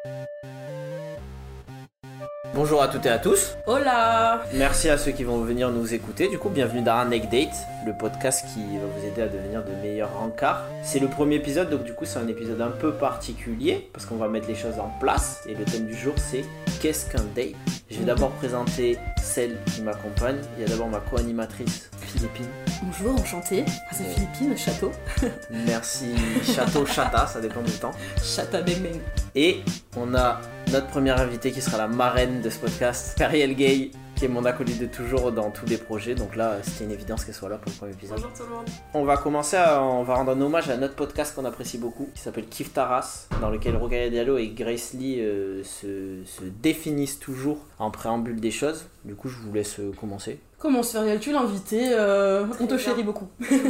Bonjour à toutes et à tous. Hola. Merci à ceux qui vont venir nous écouter. Du coup, bienvenue dans Anecdate, Date, le podcast qui va vous aider à devenir de meilleurs rencarts. C'est le premier épisode, donc du coup, c'est un épisode un peu particulier parce qu'on va mettre les choses en place. Et le thème du jour, c'est qu'est-ce qu'un date ? Je vais d'abord présenter celle qui m'accompagne. Il y a d'abord ma co-animatrice, Philippine. Bonjour, enchantée. C'est Philippine, Château. Merci, Château, Chata, ça dépend du temps. Chata Beng Beng. Et on a notre première invitée qui sera la marraine de ce podcast, Periel Gay, qui est mon acolyte de toujours dans tous les projets. Donc là, c'était une évidence qu'elle soit là pour le premier épisode. Bonjour tout le monde. On va rendre un hommage à notre podcast qu'on apprécie beaucoup, qui s'appelle Kif Taras, dans lequel Rokhaya Diallo et Grace Lee se définissent toujours en préambule des choses. Du coup, je vous laisse commencer. Comment se fait tu l'invité on te chérit beaucoup.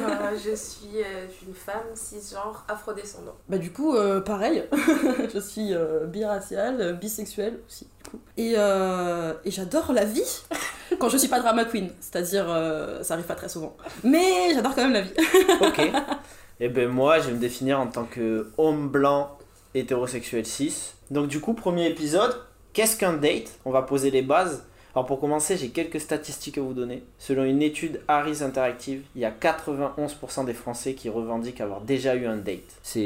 Je suis une femme cisgenre afrodescendante. Bah du coup, pareil, je suis biraciale, bisexuelle aussi. Du coup. Et j'adore la vie quand je suis pas drama queen, c'est-à-dire ça arrive pas très souvent. Mais j'adore quand même la vie. Ok. Et ben moi, je vais me définir en tant que homme blanc hétérosexuel cis. Donc du coup, premier épisode, qu'est-ce qu'un date ? On va poser les bases. Alors pour commencer, j'ai quelques statistiques à vous donner. Selon une étude Harris Interactive, il y a 91% des Français qui revendiquent avoir déjà eu un date.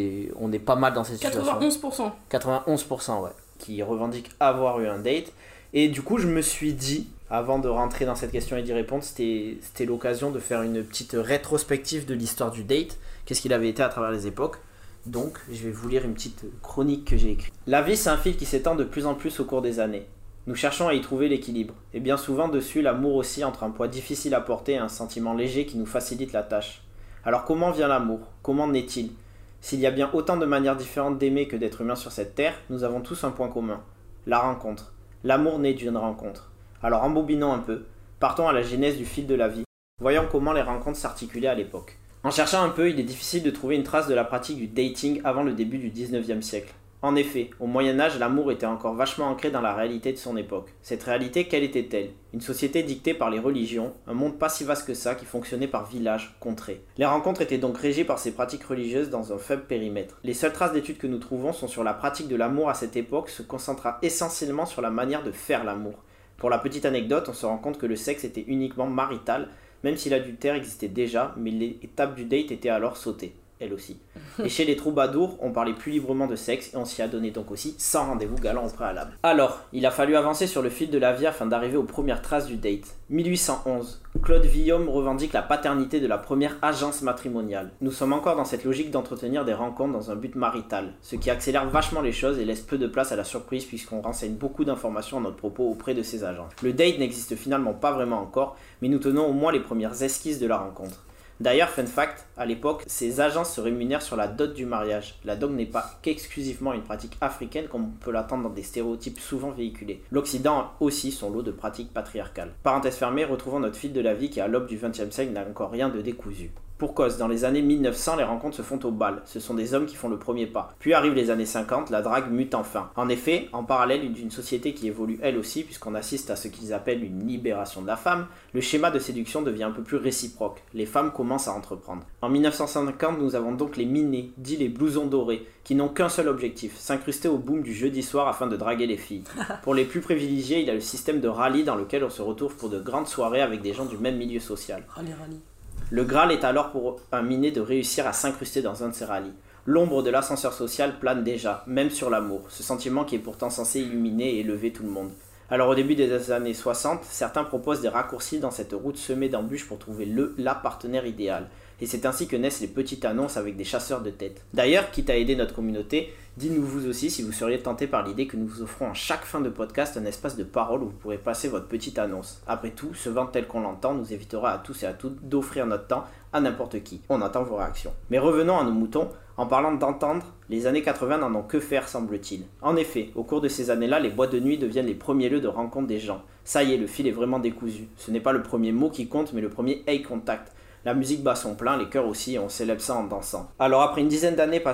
On est pas mal dans cette situation. 91%. 91%, ouais, qui revendiquent avoir eu un date. Et du coup, je me suis dit, avant de rentrer dans cette question et d'y répondre, c'était l'occasion de faire une petite rétrospective de l'histoire du date. Qu'est-ce qu'il avait été à travers les époques. Donc, je vais vous lire une petite chronique que j'ai écrite. La vie, c'est un fil qui s'étend de plus en plus au cours des années. Nous cherchons à y trouver l'équilibre, et bien souvent dessus l'amour aussi entre un poids difficile à porter et un sentiment léger qui nous facilite la tâche. Alors comment vient l'amour ? Comment naît-il ? S'il y a bien autant de manières différentes d'aimer que d'être humain sur cette terre, nous avons tous un point commun, la rencontre. L'amour naît d'une rencontre. Alors embobinons un peu, partons à la genèse du fil de la vie, voyons comment les rencontres s'articulaient à l'époque. En cherchant un peu, il est difficile de trouver une trace de la pratique du dating avant le début du 19e siècle. En effet, au Moyen-Âge, l'amour était encore vachement ancré dans la réalité de son époque. Cette réalité, quelle était-elle ? Une société dictée par les religions, un monde pas si vaste que ça qui fonctionnait par villages, contrées. Les rencontres étaient donc régies par ces pratiques religieuses dans un faible périmètre. Les seules traces d'études que nous trouvons sont sur la pratique de l'amour à cette époque, se concentrant essentiellement sur la manière de faire l'amour. Pour la petite anecdote, on se rend compte que le sexe était uniquement marital, même si l'adultère existait déjà, mais l'étape du date était alors sautée. Elle aussi. Et chez les troubadours, on parlait plus librement de sexe et on s'y adonnait donc aussi sans rendez-vous galant au préalable. Alors, il a fallu avancer sur le fil de la vie afin d'arriver aux premières traces du date. 1811, Claude Villaume revendique la paternité de la première agence matrimoniale. Nous sommes encore dans cette logique d'entretenir des rencontres dans un but marital, ce qui accélère vachement les choses et laisse peu de place à la surprise puisqu'on renseigne beaucoup d'informations à notre propos auprès de ces agences. Le date n'existe finalement pas vraiment encore, mais nous tenons au moins les premières esquisses de la rencontre. D'ailleurs, fun fact, à l'époque, ces agences se rémunèrent sur la dot du mariage. La dot n'est pas qu'exclusivement une pratique africaine comme on peut l'attendre dans des stéréotypes souvent véhiculés. L'Occident a aussi son lot de pratiques patriarcales. Parenthèse fermée, retrouvons notre fil de la vie qui à l'aube du XXe siècle n'a encore rien de décousu. Pour cause, dans les années 1900, les rencontres se font au bal. Ce sont des hommes qui font le premier pas. Puis arrivent les années 50, la drague mute enfin. En effet, en parallèle d'une société qui évolue elle aussi, puisqu'on assiste à ce qu'ils appellent une libération de la femme, le schéma de séduction devient un peu plus réciproque. Les femmes commencent à entreprendre. En 1950, nous avons donc les minés, dits les blousons dorés, qui n'ont qu'un seul objectif, s'incruster au boom du jeudi soir afin de draguer les filles. Pour les plus privilégiés, il y a le système de rallye dans lequel on se retrouve pour de grandes soirées avec des gens du même milieu social. Rallye. Le Graal est alors pour un miné de réussir à s'incruster dans un de ces rallyes. L'ombre de l'ascenseur social plane déjà, même sur l'amour, ce sentiment qui est pourtant censé illuminer et élever tout le monde. Alors au début des années 60, certains proposent des raccourcis dans cette route semée d'embûches pour trouver la partenaire idéal. Et c'est ainsi que naissent les petites annonces avec des chasseurs de tête. D'ailleurs, quitte à aider notre communauté, dites-nous vous aussi si vous seriez tenté par l'idée que nous vous offrons à chaque fin de podcast un espace de parole où vous pourrez passer votre petite annonce. Après tout, ce vent tel qu'on l'entend nous évitera à tous et à toutes d'offrir notre temps à n'importe qui. On attend vos réactions. Mais revenons à nos moutons. En parlant d'entendre, les années 80 n'en ont que faire semble-t-il. En effet, au cours de ces années-là, les boîtes de nuit deviennent les premiers lieux de rencontre des gens. Ça y est, le fil est vraiment décousu. Ce n'est pas le premier mot qui compte, mais le premier eye contact. La musique bat son plein, les chœurs aussi, et on célèbre ça en dansant. Alors après une dizaine d'années passées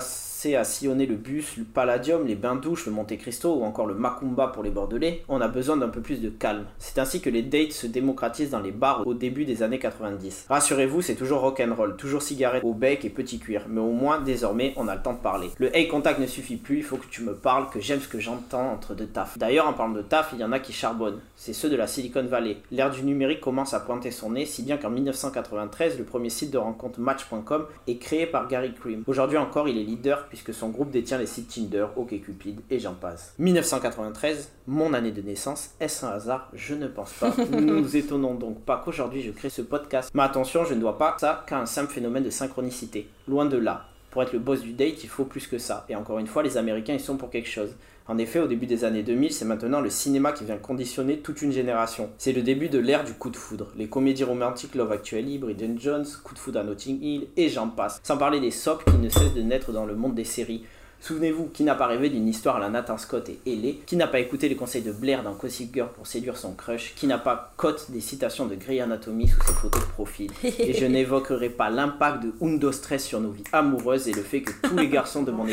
commencer à sillonner le bus, le Palladium, les bains-douches, le Monte Cristo ou encore le Macumba pour les Bordelais, on a besoin d'un peu plus de calme. C'est ainsi que les dates se démocratisent dans les bars au début des années 90. Rassurez-vous, c'est toujours rock'n'roll, toujours cigarette au bec et petit cuir, mais au moins désormais on a le temps de parler. Le hey contact ne suffit plus, il faut que tu me parles, que j'aime ce que j'entends entre deux tafs. D'ailleurs, en parlant de taf, il y en a qui charbonnent. C'est ceux de la Silicon Valley. L'ère du numérique commence à pointer son nez, si bien qu'en 1993, le premier site de rencontre Match.com est créé par Gary Cream. Aujourd'hui encore, il est leader puisque son groupe détient les sites Tinder, OkCupid et j'en passe. 1993, mon année de naissance, est-ce un hasard? Je ne pense pas. Nous nous étonnons donc pas qu'aujourd'hui je crée ce podcast. Mais attention, je ne dois pas ça qu'à un simple phénomène de synchronicité. Loin de là. Pour être le boss du date, il faut plus que ça. Et encore une fois, les Américains, ils sont pour quelque chose. En effet, au début des années 2000, c'est maintenant le cinéma qui vient conditionner toute une génération. C'est le début de l'ère du coup de foudre. Les comédies romantiques Love Actually, Bridget Jones, Coup de foudre à Notting Hill, et j'en passe. Sans parler des soaps qui ne cessent de naître dans le monde des séries. Souvenez-vous, qui n'a pas rêvé d'une histoire à la Nathan Scott et Ellie? Qui n'a pas écouté les conseils de Blair dans Gossip Girl pour séduire son crush? Qui n'a pas cote des citations de Grey Anatomy sous ses photos de profil? Et je n'évoquerai pas l'impact de Undo Stress sur nos vies amoureuses et le fait que tous les garçons de mon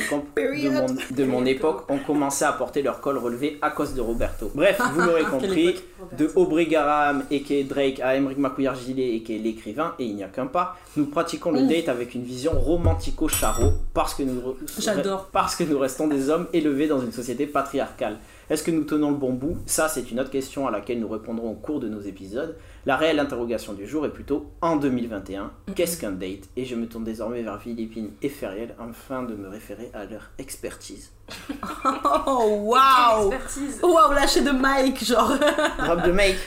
époque ont commencé à porter leur col relevé à cause de Roberto. Bref, vous l'aurez compris, de Aubrey Graham et Drake à Emmerich Macouillard-Gilet et l'écrivain, et il n'y a qu'un pas, nous pratiquons le date avec une vision romantico-charo parce que nous restons des hommes élevés dans une société patriarcale. Est-ce que nous tenons le bon bout? Ça, c'est une autre question à laquelle nous répondrons au cours de nos épisodes. La réelle interrogation du jour est plutôt en 2021, qu'est-ce qu'un date? Et je me tourne désormais vers Philippine et Feriel afin de me référer à leur expertise. Oh waouh! Waouh, lâcher de Mike, genre. Drop de Mike.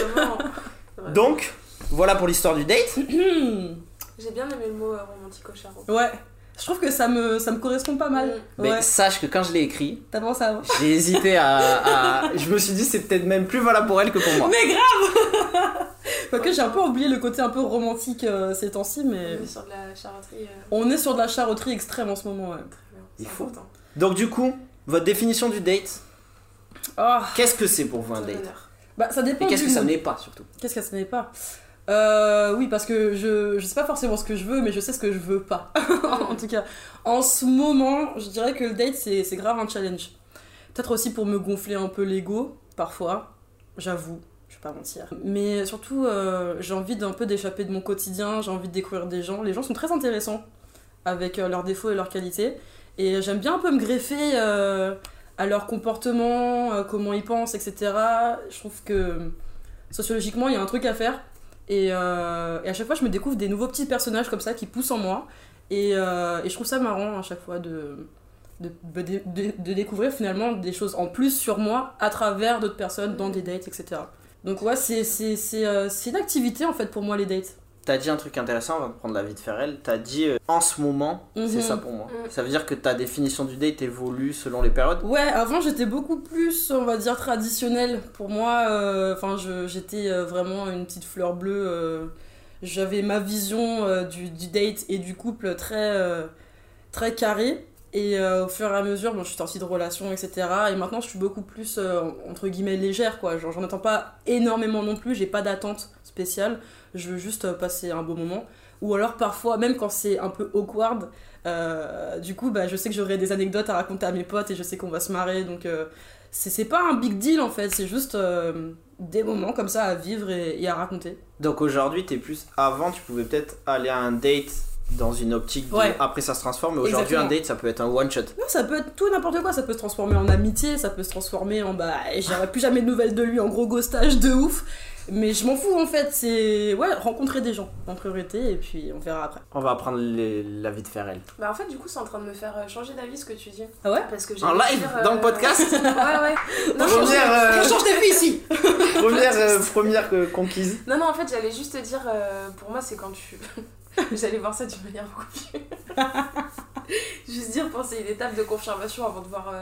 Donc, voilà pour l'histoire du date. J'ai bien aimé le mot romantico-charo. Ouais. Je trouve que ça me correspond pas mal. Mais sache que quand je l'ai écrit, t'as pensé à... j'ai hésité à... Je me suis dit c'est peut-être même plus valable pour elle que pour moi. Mais grave. Quoique j'ai un peu oublié le côté un peu romantique ces temps-ci, mais... On est sur de la charreterie. On est sur de la charreterie extrême en ce moment, ouais. Très bien. Il faut. Donc du coup, votre définition du date, qu'est-ce que c'est pour vous un date? Bah ça dépend. Et qu'est-ce que ça n'est pas surtout? Qu'est-ce que ça n'est pas? Oui, parce que je sais pas forcément ce que je veux, mais je sais ce que je veux pas. En tout cas, en ce moment, je dirais que le date, c'est grave un challenge. Peut-être aussi pour me gonfler un peu l'ego, parfois, j'avoue, je vais pas mentir. Mais surtout, j'ai envie d'un peu d'échapper de mon quotidien, j'ai envie de découvrir des gens. Les gens sont très intéressants, avec leurs défauts et leurs qualités. Et j'aime bien un peu me greffer à leur comportement, comment ils pensent, etc. Je trouve que sociologiquement, il y a un truc à faire. Et à chaque fois, je me découvre des nouveaux petits personnages comme ça qui poussent en moi. Et je trouve ça marrant à chaque fois de découvrir finalement des choses en plus sur moi à travers d'autres personnes dans des dates, etc. Donc ouais, c'est une activité en fait pour moi, les dates. T'as dit un truc intéressant, on va prendre l'avis de Ferrel. T'as dit en ce moment, c'est ça pour moi. Ça veut dire que ta définition du date évolue selon les périodes? Ouais, avant j'étais beaucoup plus, on va dire, traditionnelle. Pour moi, j'étais vraiment une petite fleur bleue. J'avais ma vision du date et du couple très carrée. Et au fur et à mesure, je suis sortie de relations, etc. Et maintenant, je suis beaucoup plus, entre guillemets, légère, quoi. Genre, j'en attends pas énormément non plus, j'ai pas d'attente spéciale. Je veux juste passer un beau moment. Ou alors, parfois, même quand c'est un peu awkward, du coup, je sais que j'aurai des anecdotes à raconter à mes potes et je sais qu'on va se marrer. Donc, c'est pas un big deal, en fait. C'est juste des moments comme ça à vivre et à raconter. Donc, aujourd'hui, t'es plus... Avant, tu pouvais peut-être aller à un date... dans une optique de... Après ça se transforme, mais aujourd'hui un date ça peut être un one shot. Non, ça peut être tout n'importe quoi, ça peut se transformer en amitié, ça peut se transformer en j'aurai plus jamais de nouvelles de lui, en gros ghostage de ouf. Mais je m'en fous en fait, c'est rencontrer des gens en priorité et puis on verra après. On va apprendre la vie de Ferrel. En fait du coup c'est en train de me faire changer d'avis ce que tu dis. Ah ouais? Parce que en live dans le podcast. Ouais. Non, on change de vie ici. Première conquise. Non en fait j'allais juste te dire, pour moi c'est quand tu... J'allais voir ça d'une manière beaucoup plus... Juste dire, c'est une étape de confirmation avant de voir...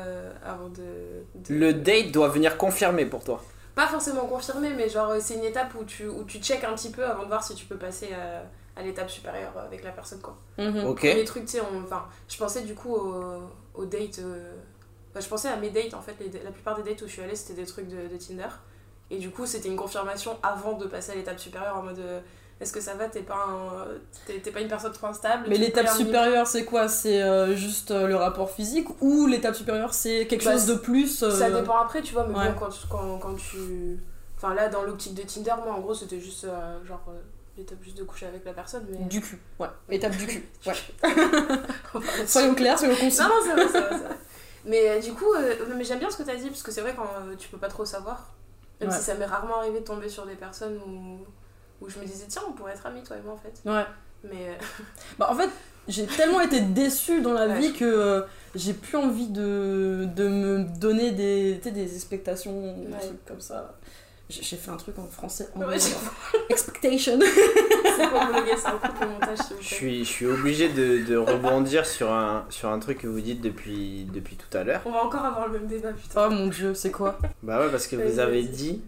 Le date doit venir confirmer pour toi. Pas forcément confirmer, mais genre c'est une étape où tu check un petit peu avant de voir si tu peux passer à l'étape supérieure avec la personne, quoi. Ok. Les trucs, tu sais, je pensais du coup aux dates... je pensais à mes dates, en fait, la plupart des dates où je suis allée, c'était des trucs de Tinder. Et du coup, c'était une confirmation avant de passer à l'étape supérieure en mode... est-ce que ça va, t'es pas une personne trop instable. Mais l'étape supérieure, c'est quoi? C'est juste le rapport physique, ou l'étape supérieure, c'est quelque chose de plus Ça dépend après, tu vois, mais bon, quand tu... Enfin là, dans l'optique de Tinder, moi, en gros, c'était juste l'étape juste de coucher avec la personne, mais... Du cul, ouais. Étape du cul, ouais. Soyons clairs, soyons concis. Non, c'est vrai. Mais du coup, mais j'aime bien ce que t'as dit, parce que c'est vrai quand tu peux pas trop savoir. Même si ça m'est rarement arrivé de tomber sur des personnes où je me disais, tiens, on pourrait être amis, toi et moi, en fait. Ouais. Mais... en fait, j'ai tellement été déçue dans la vie que j'ai plus envie de me donner des expectations, des trucs comme ça. J'ai fait un truc en français. Expectation. C'est pas bloguer, c'est un coup de montage. Je suis obligé de rebondir sur un truc que vous dites depuis tout à l'heure. On va encore avoir le même débat, putain. Oh mon dieu, c'est quoi? Bah ouais, parce que vous avez dit,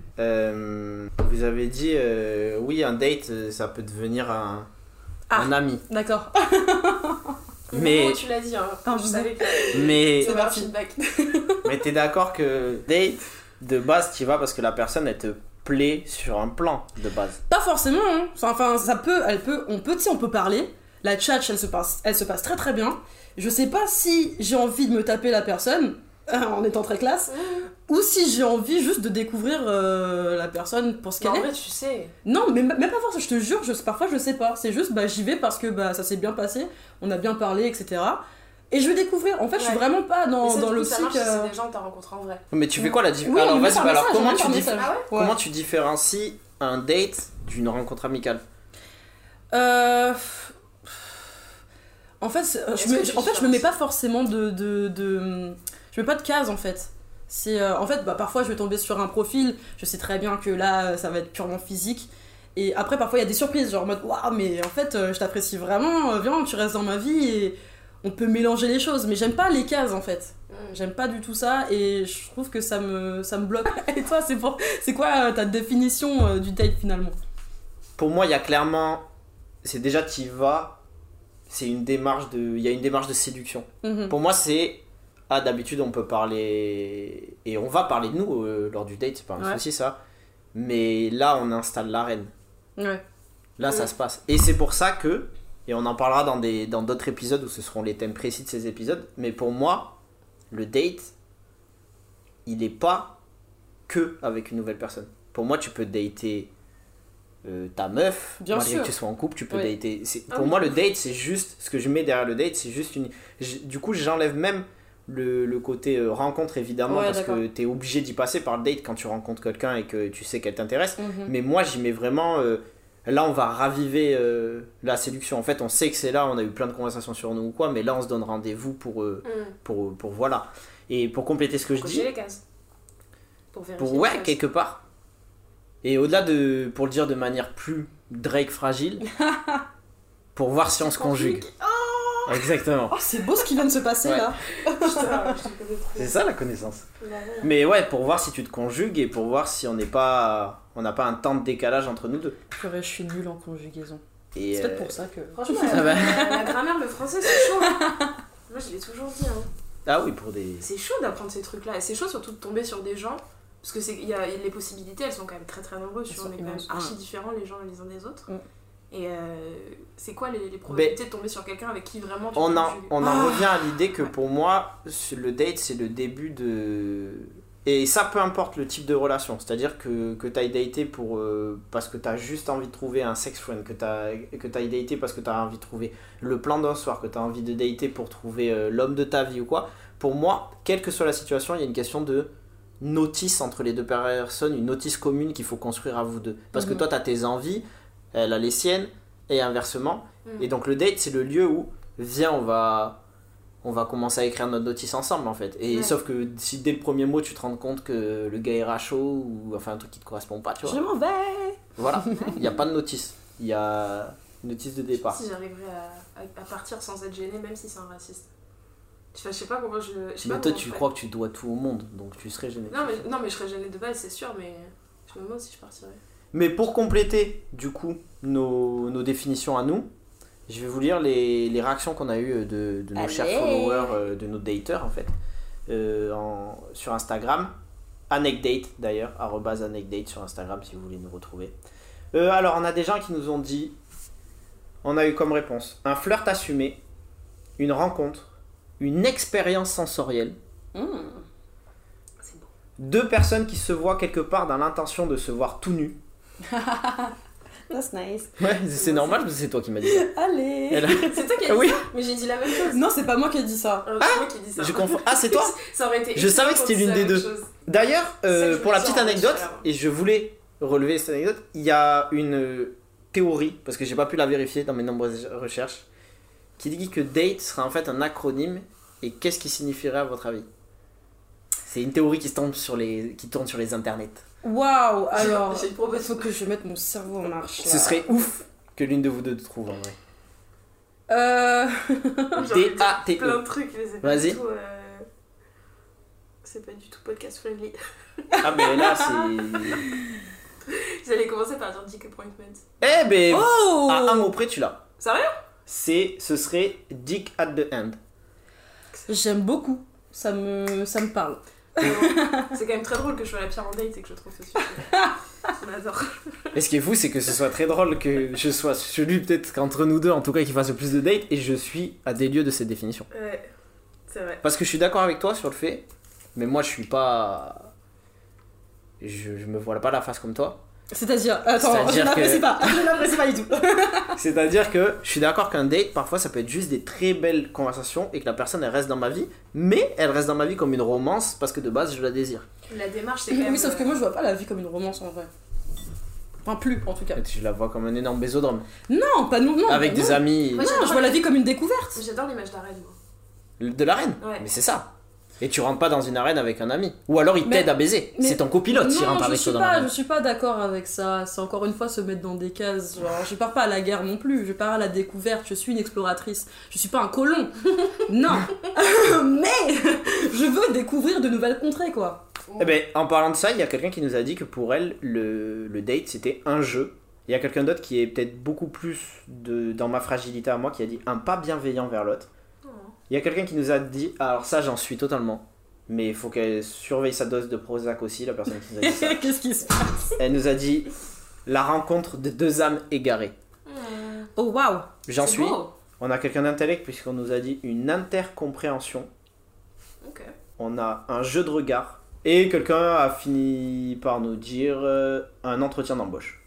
oui, un date, ça peut devenir un ami. D'accord. Mais tu l'as dit, hein. Je savais que c'est un feedback. Mais t'es d'accord que date, de base, tu y vas parce que la personne, elle te plaît sur un plan de base. Pas forcément, hein. Enfin, on peut parler. La tchatch, elle se passe très très bien. Je sais pas si j'ai envie de me taper la personne, en étant très classe, ou si j'ai envie juste de découvrir la personne pour ce qu'elle est. En vrai, tu sais. Non, mais même pas forcément, je te jure, parfois je sais pas. C'est juste, j'y vais parce que ça s'est bien passé, on a bien parlé, etc. Et je vais découvrir. En fait, je suis vraiment pas dans l'optique. Ça marche si c'est des gens que t'as rencontrés en vrai. Mais tu fais quoi la différence? Alors, vas-y, comment tu différencies un date d'une rencontre amicale? En fait, je me mets pas forcément je mets pas de case en fait. C'est en fait, parfois je vais tomber sur un profil, je sais très bien que là ça va être purement physique. Et après, parfois il y a des surprises, genre en mode waouh, mais en fait, je t'apprécie vraiment, viens, tu restes dans ma vie et on peut mélanger les choses. Mais j'aime pas les cases en fait. J'aime pas du tout ça et je trouve que ça me bloque. Et toi, c'est quoi ta définition du date finalement? Pour moi, il y a clairement. C'est déjà t'y vas. Il y a une démarche de séduction. Pour moi, c'est. D'habitude, on peut parler. Et on va parler de nous lors du date, c'est pas un souci ça. Mais là, on installe l'arène. Ouais. Là, ça se passe. Et c'est pour ça que. Et on en parlera dans d'autres épisodes où ce seront les thèmes précis de ces épisodes. Mais pour moi, le date, il est pas que avec une nouvelle personne. Pour moi, tu peux dater ta meuf, malgré que tu sois en couple, tu peux dater. Pour moi, le date, c'est juste. Ce que je mets derrière le date, c'est juste une. Du coup, j'enlève même le côté rencontre, évidemment, parce que t'es obligé d'y passer par le date quand tu rencontres quelqu'un et que tu sais qu'elle t'intéresse. Mais moi, j'y mets vraiment. Là, on va raviver la séduction. En fait, on sait que c'est là, on a eu plein de conversations sur nous ou quoi, mais là, on se donne rendez-vous pour voilà. Et pour compléter ce que je dis. Les cases. Pour vérifier. Quelque part. Et au-delà pour le dire de manière plus Drake fragile, pour voir si on se conjugue. Oh, exactement. Oh, c'est beau ce qui vient de se passer là. C'est ça la connaissance. Mais ouais, pour voir si tu te conjugues et pour voir si on n'a pas un temps de décalage entre nous deux. Je suis nulle en conjugaison. Et c'est peut-être pour ça que. Franchement, la grammaire, le français, c'est chaud. Moi, je l'ai toujours dit. Ah oui, pour des. C'est chaud d'apprendre ces trucs-là. Et c'est chaud surtout de tomber sur des gens. Parce que les possibilités, elles sont quand même très très nombreuses. On est quand même archi différents les gens les uns des autres. Et c'est quoi les probabilités de tomber sur quelqu'un avec qui vraiment tu on en revient à l'idée que pour moi, le date, c'est le début de... Et ça, peu importe le type de relation. C'est-à-dire que tu ailles dater parce que tu as juste envie de trouver un sex friend, que tu ailles dater parce que tu as envie de trouver le plan d'un soir, que tu as envie de dater pour trouver l'homme de ta vie ou quoi. Pour moi, quelle que soit la situation, il y a une question de notice entre les deux personnes, une notice commune qu'il faut construire à vous deux. Parce que toi, tu as tes envies, elle a les siennes, et inversement. Et donc le date, c'est le lieu où, viens, on va commencer à écrire notre notice ensemble, en fait. Et sauf que si dès le premier mot, tu te rends compte que le gars est rachot, ou enfin un truc qui te correspond pas, tu vois. Je m'en vais. Voilà, il n'y a pas de notice. Il y a une notice de départ. Je sais pas si j'arriverais à partir sans être gênée, même si c'est un raciste. Je sais pas comment mais toi, tu crois que tu dois tout au monde, donc tu serais gêné. Non, mais je serais gênée de base, c'est sûr, mais je me demande si je partirais. Mais pour compléter, du coup, nos définitions à nous, je vais vous lire les réactions qu'on a eues de nos chers followers, de nos daters, en fait, sur Instagram. Anecdate, d'ailleurs, @anecdate sur Instagram, si vous voulez nous retrouver. Alors, on a des gens qui nous ont dit, on a eu comme réponse un flirt assumé, une rencontre, une expérience sensorielle, C'est beau. 2 personnes qui se voient quelque part dans l'intention de se voir tout nu. That's nice. Ouais, c'est normal parce que c'est toi qui m'as dit ça. Allez. C'est toi qui as dit Oui. ça. Mais j'ai dit la même chose. Non, c'est pas moi qui ai dit ça. C'est moi qui ai dit ça. Je confonds. Ah, c'est toi. Ça aurait été. Je savais que c'était l'une des deux. Chose. D'ailleurs, C'est ça que je pour la voulais petite dire en anecdote, fait, et je voulais relever cette anecdote, il y a une théorie, parce que j'ai pas pu la vérifier dans mes nombreuses recherches, qui dit que date sera en fait un acronyme, et qu'est-ce qui signifierait à votre avis? C'est une théorie qui tourne sur les internets. Waouh, alors. J'ai une proposition. Faut que je mette mon cerveau en marche. Ce serait ouf que l'une de vous deux trouve en vrai. D-A-T-E. Plein de trucs, mais c'est pas Vas-y. du tout. C'est pas du tout podcast friendly. Ah, mais là, c'est. J'allais commencer par dire dick appointment. Eh ben, Oh à un mot près, tu l'as. Sérieux? Ce serait dick at the end. J'aime beaucoup. Ça me parle. C'est quand même très drôle que je sois la pire en date et que je trouve ce sujet. On adore. Et ce qui est fou, c'est que ce soit très drôle que je sois celui, peut-être qu'entre nous deux, en tout cas, qui fasse le plus de dates, et je suis à des lieux de cette définition. Ouais, c'est vrai. Parce que je suis d'accord avec toi sur le fait, mais moi, je suis pas. Je me vois pas la face comme toi. C'est-à-dire, attends, C'est-à-dire je l'apprécie que- pas. Je l'apprécie pas du tout. C'est-à-dire que je suis d'accord qu'un date, parfois, ça peut être juste des très belles conversations et que la personne, elle reste dans ma vie, mais elle reste dans ma vie comme une romance parce que de base, je la désire. La démarche, c'est quand même. Oui, sauf que moi je vois pas la vie comme une romance en vrai. Enfin, plus en tout cas. Je la vois comme un énorme bésodrome. Non, pas non. Avec non. des amis. Moi, Non, je vois la vie comme une découverte. J'adore l'image d'arène, moi. De l'arène. Ouais. Mais c'est ça. Et tu rentres pas dans une arène avec un ami. Ou alors il Mais- t'aide à baiser. mais- C'est ton copilote qui rentre Non, avec toi dans l'arène. je suis pas d'accord avec ça. C'est encore une fois se mettre dans des cases. Genre, je pars pas à la guerre non plus. Je pars à la découverte. Je suis une exploratrice. Je suis pas un colon. Non. Mais je veux découvrir de nouvelles contrées, quoi. Eh ben, en parlant de ça, il y a quelqu'un qui nous a dit que pour elle, le date c'était un jeu. Il y a quelqu'un d'autre qui est peut-être beaucoup plus dans ma fragilité à moi qui a dit un pas bienveillant vers l'autre. Oh. Il y a quelqu'un qui nous a dit, alors ça j'en suis totalement, mais il faut qu'elle surveille sa dose de Prozac aussi, la personne qui nous a dit ça. Qu'est-ce qui se passe? Elle nous a dit la rencontre de 2 âmes égarées. Oh waouh. J'en C'est suis. beau. On a quelqu'un d'intellect puisqu'on nous a dit une intercompréhension. Ok. On a un jeu de regard. Et quelqu'un a fini par nous dire un entretien d'embauche.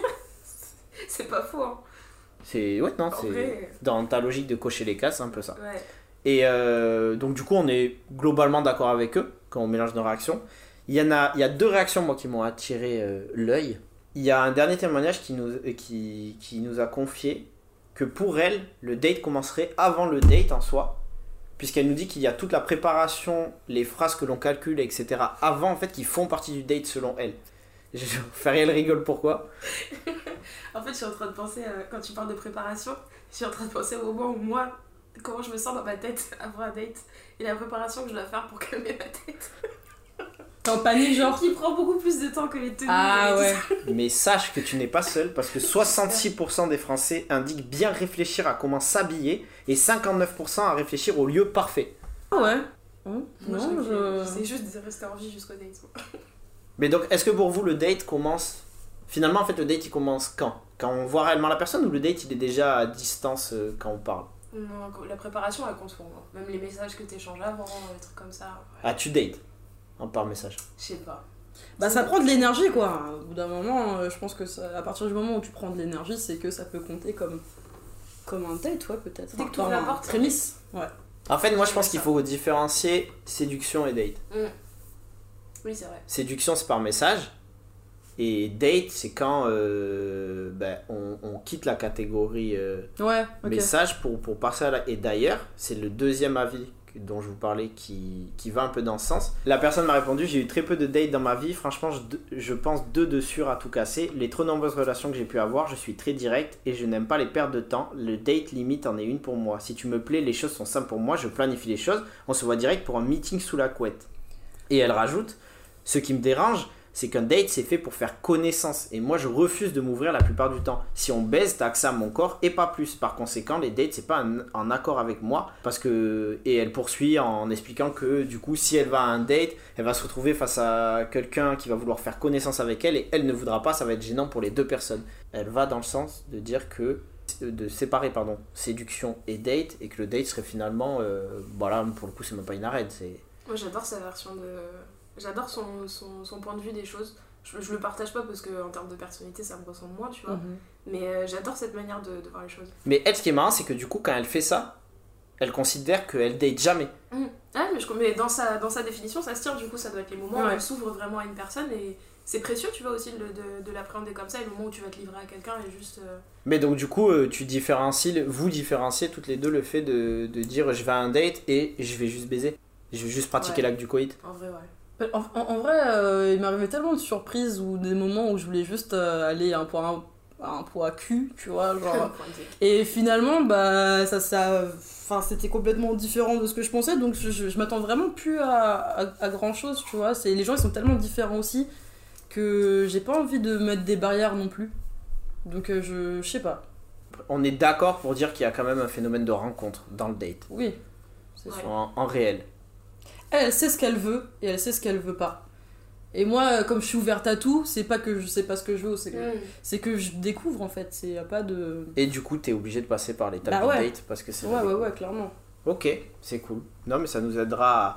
C'est pas faux, hein. C'est. Ouais, non, En c'est. vrai. Dans ta logique de cocher les cases, c'est un peu ça. Ouais. Et donc, du coup, on est globalement d'accord avec eux quand on mélange nos réactions. Il y a 2 réactions, moi, qui m'ont attiré l'œil. Il y a un dernier témoignage qui nous a confié que pour elle, le date commencerait avant le date en soi. Puisqu'elle nous dit qu'il y a toute la préparation, les phrases que l'on calcule, etc. avant, en fait, qui font partie du date selon elle. Fariel rigole, pourquoi? En fait, je suis en train de penser, quand tu parles de préparation, je suis en train de penser au moment où moi, comment je me sens dans ma tête avant un date et la préparation que je dois faire pour calmer ma tête. T'es en panique, genre. Qui prend beaucoup plus de temps que les tenues. Ah et tout ouais. ça. Mais sache que tu n'es pas seul parce que 66% des Français indiquent bien réfléchir à comment s'habiller et 59% à réfléchir au lieu parfait. Ah ouais. Moi, Non, j'essaie juste de rester en vie jusqu'au date. moi. Mais donc, est-ce que pour vous, le date commence... Finalement, en fait, le date, il commence quand on voit réellement la personne ou le date, il est déjà à distance quand on parle? Non, la préparation, elle compte pour moi. Même les messages que t'échanges avant, des trucs comme ça. Ouais. Ah, tu dates par message. Je sais pas. Bah ça prend de l'énergie quoi. Au bout d'un moment, je pense que à partir du moment où tu prends de l'énergie, c'est que ça peut compter comme un date, ouais peut-être. Dès que t'ouvres la porte, prémisse. Ouais. En fait, moi, je pense qu'il faut différencier séduction et date. Oui, c'est vrai. Séduction, c'est par message. Et date, c'est quand on quitte la catégorie Ouais, ok. message pour passer à la... Et d'ailleurs, c'est le deuxième avis dont je vous parlais qui va un peu dans ce sens. La personne m'a répondu, j'ai eu très peu de dates dans ma vie, franchement je pense 2 de sûr à tout casser. Les trop nombreuses relations que j'ai pu avoir, je suis très direct et je n'aime pas les pertes de temps. Le date limite en est une pour moi. Si tu me plais, les choses sont simples pour moi, je planifie les choses, on se voit direct pour un meeting sous la couette. Et elle rajoute, ce qui me dérange, C'est qu'un date, c'est fait pour faire connaissance. Et moi, je refuse de m'ouvrir la plupart du temps. Si on baise, t'as accès à mon corps et pas plus. Par conséquent, les dates, c'est pas en accord avec moi. Et elle poursuit en expliquant que du coup, si elle va à un date, elle va se retrouver face à quelqu'un qui va vouloir faire connaissance avec elle et elle ne voudra pas, ça va être gênant pour les deux personnes. Elle va dans le sens de dire que de séparer séduction et date, et que le date serait finalement voilà, pour le coup c'est même pas une arène, c'est... Moi j'adore sa version de... J'adore son point de vue des choses. Je le partage pas parce qu'en termes de personnalité ça me ressemble moins, tu vois. Mais j'adore cette manière de voir les choses. Mais elle, ce qui est marrant, c'est que du coup quand elle fait ça, elle considère qu'elle date jamais. Ah mais dans sa définition ça se tire, du coup ça doit être les moments où elle s'ouvre vraiment à une personne, et c'est précieux, tu vois, aussi de l'appréhender comme ça, et le moment où tu vas te livrer à quelqu'un et juste... Mais donc du coup, vous différenciez toutes les deux le fait de dire je vais à un date et je vais juste baiser. Je vais juste pratiquer l'acte du coït. En vrai, ouais. En vrai, il m'arrivait tellement de surprises ou des moments où je voulais juste aller à un point Q, tu vois, genre... et finalement, bah, enfin, c'était complètement différent de ce que je pensais, donc je m'attends vraiment plus à grand chose, tu vois. Les gens, ils sont tellement différents aussi que j'ai pas envie de mettre des barrières non plus. Donc je sais pas. On est d'accord pour dire qu'il y a quand même un phénomène de rencontre dans le date. Oui, c'est sûr. En réel. Elle sait ce qu'elle veut et elle sait ce qu'elle veut pas. Et moi, comme je suis ouverte à tout, c'est pas que je sais pas ce que je veux, c'est que je découvre en fait. Y a pas de... Et du coup, t'es obligé de passer par l'étape du date parce que c'est... Ouais, clairement. Ok, c'est cool. Non, mais ça nous aidera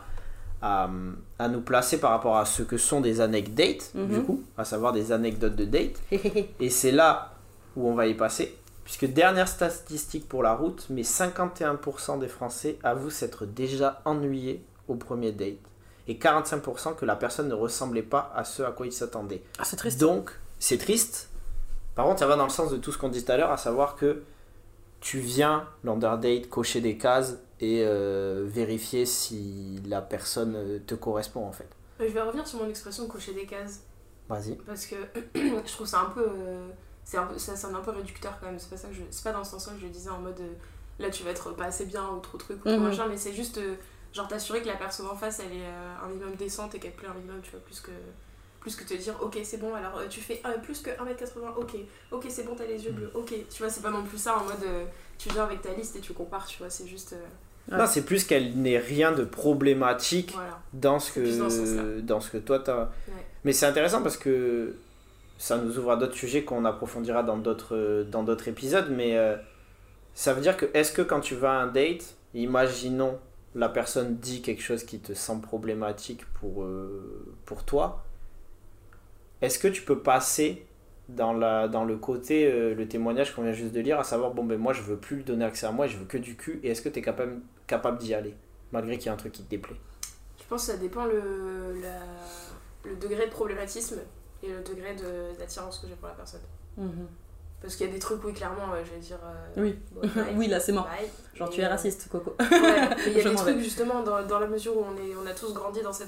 à nous placer par rapport à ce que sont des anecdotes, du coup, à savoir des anecdotes de date. Et c'est là où on va y passer, puisque dernière statistique pour la route, mais 51% des Français avouent s'être déjà ennuyés au premier date, et 45% que la personne ne ressemblait pas à ce à quoi ils s'attendaient. Ah, c'est triste. Donc, c'est triste. Par contre, ça va dans le sens de tout ce qu'on dit tout à l'heure, à savoir que tu viens, l'underdate, cocher des cases et vérifier si la personne te correspond en fait. Je vais revenir sur mon expression de cocher des cases. Vas-y. Parce que je trouve ça un peu... ça sonne un peu réducteur quand même. C'est pas dans ce sens-là que je le disais en mode... là tu vas être pas assez bien ou trop truc ou trop machin, mais c'est juste genre t'assurer que la personne en face elle est un minimum décente et qu'elle plaît un minimum, tu vois, plus que te dire ok c'est bon alors tu fais plus que 1m80, ok c'est bon t'as les yeux bleus, ok, tu vois, c'est pas non plus ça en mode tu viens avec ta liste et tu compares, tu vois, c'est juste non, c'est plus qu'elle n'ait rien de problématique dans ce que toi t'as. Mais c'est intéressant parce que ça nous ouvre à d'autres sujets qu'on approfondira dans d'autres épisodes, mais ça veut dire que est-ce que quand tu vas à un date, imaginons la personne dit quelque chose qui te semble problématique pour toi, est-ce que tu peux passer dans le côté, le témoignage qu'on vient juste de lire, à savoir bon ben moi je veux plus lui donner accès à moi, je veux que du cul, et est-ce que tu es capable d'y aller malgré qu'il y a un truc qui te déplaît? Je pense que ça dépend le degré de problématisme et le degré d'attirance que j'ai pour la personne. Parce qu'il y a des trucs, oui, clairement, je vais dire... oui, bon, bye, oui, là, c'est mort. bye. Genre, tu es raciste, Coco. Ouais, mais il y a des trucs, justement, dans la mesure où on a tous grandi dans cette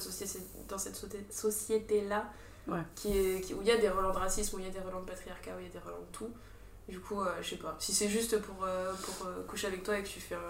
société-là, où il y a des relents de racisme, où il y a des relents de patriarcat, où il y a des relents de tout. Du coup, je sais pas. Si c'est juste pour coucher avec toi et que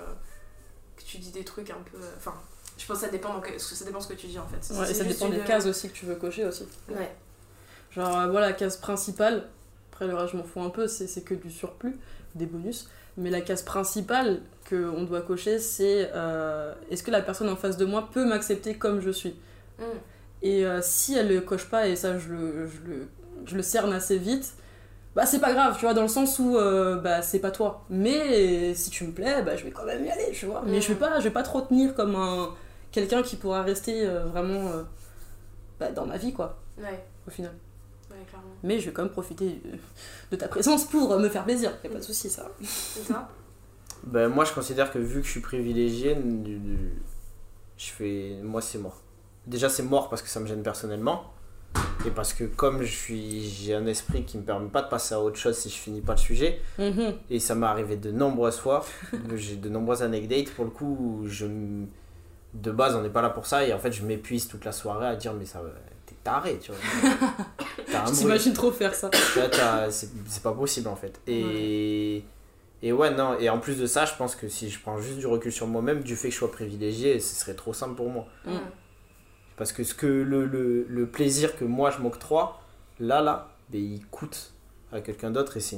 tu dis des trucs un peu... Enfin, je pense que ça dépend ce que tu dis, en fait. Ouais, et ça dépend des cases aussi que tu veux cocher, aussi. Ouais. Genre, voilà, la case principale... Après, le reste, je m'en fous un peu, c'est que du surplus, des bonus. Mais la case principale qu'on doit cocher, c'est est-ce que la personne en face de moi peut m'accepter comme je suis ? Et si elle le coche pas, et ça, je le cerne assez vite, bah c'est pas grave, tu vois, dans le sens où bah c'est pas toi. Mais si tu me plais, bah je vais quand même y aller, tu vois. Mais je vais pas trop tenir comme quelqu'un qui pourra rester vraiment dans ma vie, quoi. Ouais. Au final. Ouais, clairement. Mais je vais quand même profiter de ta présence pour me faire plaisir. Y a pas de souci, ça. C'est ça. Ben, moi, je considère que vu que je suis privilégié, moi, c'est mort. Déjà, c'est mort parce que ça me gêne personnellement. Et parce que comme j'ai un esprit qui me permet pas de passer à autre chose si je finis pas le sujet. Et ça m'est arrivé de nombreuses fois. J'ai de nombreuses anecdotes. Pour le coup, de base, on n'est pas là pour ça. Et en fait, je m'épuise toute la soirée à dire mais ça... T'es taré, tu vois. Je t'imagine trop faire ça. C'est pas possible en fait. Et ouais, non, et en plus de ça, je pense que si je prends juste du recul sur moi-même, du fait que je sois privilégié, ce serait trop simple pour moi. Parce que le plaisir que moi je m'octroie, là, ben, il coûte à quelqu'un d'autre et c'est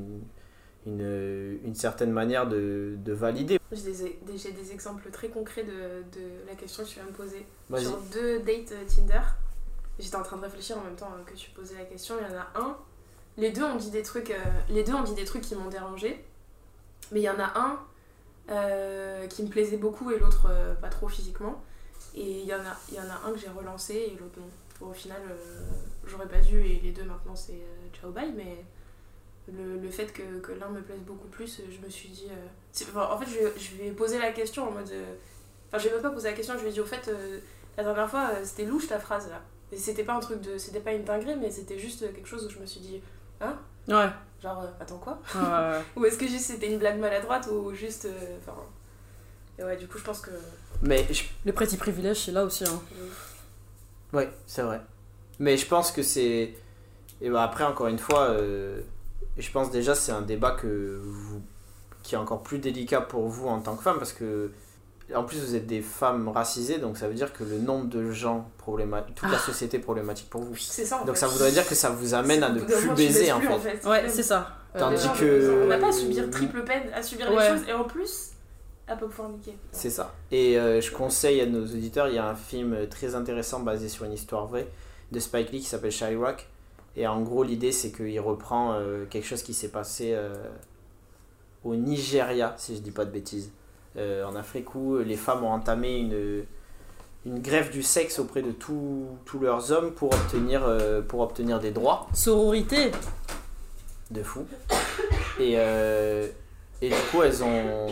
une certaine manière de valider. J'ai des exemples très concrets de la question que tu viens de me poser. Vas-y. Sur 2 dates Tinder, j'étais en train de réfléchir en même temps que tu posais la question. Il y en a un, les deux ont dit des trucs qui m'ont dérangé, mais il y en a un qui me plaisait beaucoup et l'autre pas trop physiquement. Et il y en a un que j'ai relancé et l'autre non. Bon, au final, j'aurais pas dû et les deux maintenant c'est ciao bye, mais le fait que l'un me plaise beaucoup plus, je me suis dit... en fait, je lui ai posé la question en mode... Enfin, je lui ai même pas posé la question, je lui ai dit au fait, la dernière fois, c'était louche ta phrase là. Et c'était pas un truc de... C'était pas une dinguerie, mais c'était juste quelque chose où je me suis dit... Hein ? Ouais. Genre, attends quoi ? Ouais. Ou est-ce que juste c'était une blague maladroite ou juste... Enfin... Et ouais, du coup, je pense que... Mais les petits privilèges, c'est là aussi. Hein. Ouais, c'est vrai. Mais je pense que c'est... Et bah après, encore une fois, je pense déjà c'est un débat qui est encore plus délicat pour vous en tant que femme, parce que en plus vous êtes des femmes racisées, donc ça veut dire que le nombre de gens problématiques, toute la société est problématique pour vous. C'est ça, en donc fait. ça voudrait dire que ça vous amène à ne plus baiser, en fait. Ouais, c'est ça. Tandis gens, que... On n'a pas à subir triple peine, à subir les choses, et en plus, à pas pouvoir niquer. C'est ça. Et je conseille à nos auditeurs, il y a un film très intéressant basé sur une histoire vraie de Spike Lee qui s'appelle Chirac. Et en gros, l'idée, c'est qu'il reprend quelque chose qui s'est passé au Nigeria, si je dis pas de bêtises, en Afrique, où les femmes ont entamé une grève du sexe auprès de tous leurs hommes pour obtenir des droits. Sororité. De fou. Et du coup, elles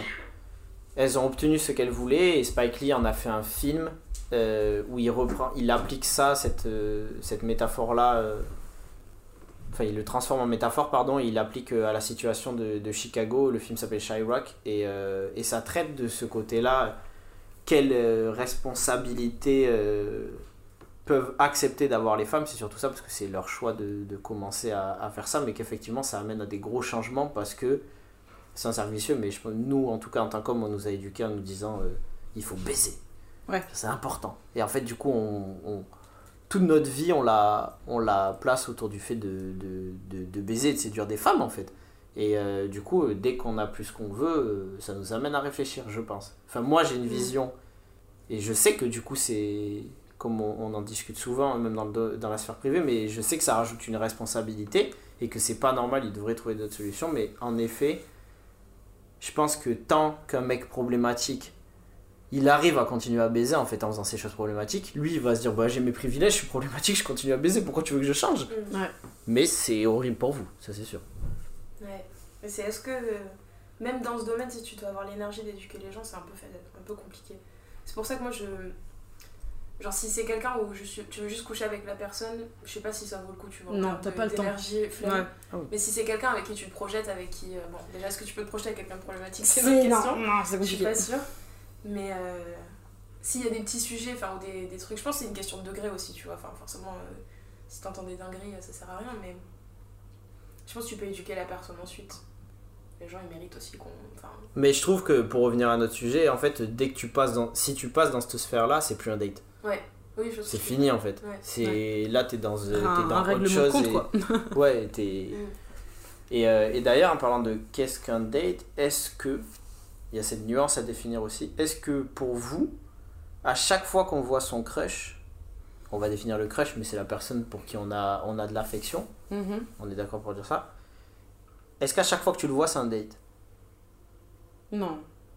ont obtenu ce qu'elles voulaient, et Spike Lee en a fait un film où il applique ça, cette métaphore-là... Enfin, il le transforme en métaphore, pardon, et il l'applique à la situation de Chicago. Le film s'appelle Chirac, et ça traite de ce côté-là. Quelle responsabilité peuvent accepter d'avoir les femmes, c'est surtout ça, parce que c'est leur choix de commencer à faire ça, mais qu'effectivement ça amène à des gros changements, parce que c'est un cercle vicieux, mais nous, en tout cas, en tant qu'hommes, on nous a éduqués en nous disant il faut baiser. Ouais. C'est important. Et en fait, du coup, toute notre vie, on la place autour du fait de baiser, de séduire des femmes, en fait. Et du coup, dès qu'on a plus ce qu'on veut, ça nous amène à réfléchir, je pense. Enfin, moi, j'ai une vision, et je sais que du coup, c'est... Comme on en discute souvent, même dans la sphère privée, mais je sais que ça rajoute une responsabilité, et que c'est pas normal, il devrait trouver d'autres solutions. Mais en effet, je pense que tant qu'un mec problématique, il arrive à continuer à baiser en fait en faisant ces choses problématiques, lui il va se dire bah j'ai mes privilèges, je suis problématique, je continue à baiser, pourquoi tu veux que je change ? Ouais. Mais c'est horrible pour vous, ça c'est sûr. Ouais, mais est-ce que même dans ce domaine, si tu dois avoir l'énergie d'éduquer les gens, c'est un peu compliqué. C'est pour ça que moi genre si c'est quelqu'un où tu veux juste coucher avec la personne, je sais pas si ça vaut le coup, tu vois. Non, t'as pas le temps. Flemme. Ouais. Ah oui. Mais si c'est quelqu'un avec qui tu te projettes, avec qui bon déjà est-ce que tu peux te projeter avec quelqu'un de problématique, c'est une autre question. Non, c'est Je suis compliqué. pas sûre. Mais s'il y a des petits sujets, ou des trucs, je pense que c'est une question de degré aussi, tu vois. Enfin, forcément, si t'entends des dingueries, ça sert à rien, mais je pense que tu peux éduquer la personne ensuite. Les gens, ils méritent aussi qu'on... Mais je trouve que, pour revenir à notre sujet, en fait, si tu passes dans cette sphère-là, c'est plus un date. Ouais, oui, je C'est fini, en fait. Ouais. Là, t'es dans un autre règlement chose. de compte, quoi. Ouais, et d'ailleurs, en parlant de qu'est-ce qu'un date, est-ce que... Il y a cette nuance à définir aussi. Est-ce que pour vous, à chaque fois qu'on voit son crush, on va définir le crush, mais c'est la personne pour qui on a de l'affection, on est d'accord pour dire ça, est-ce qu'à chaque fois que tu le vois, c'est un date ? Non.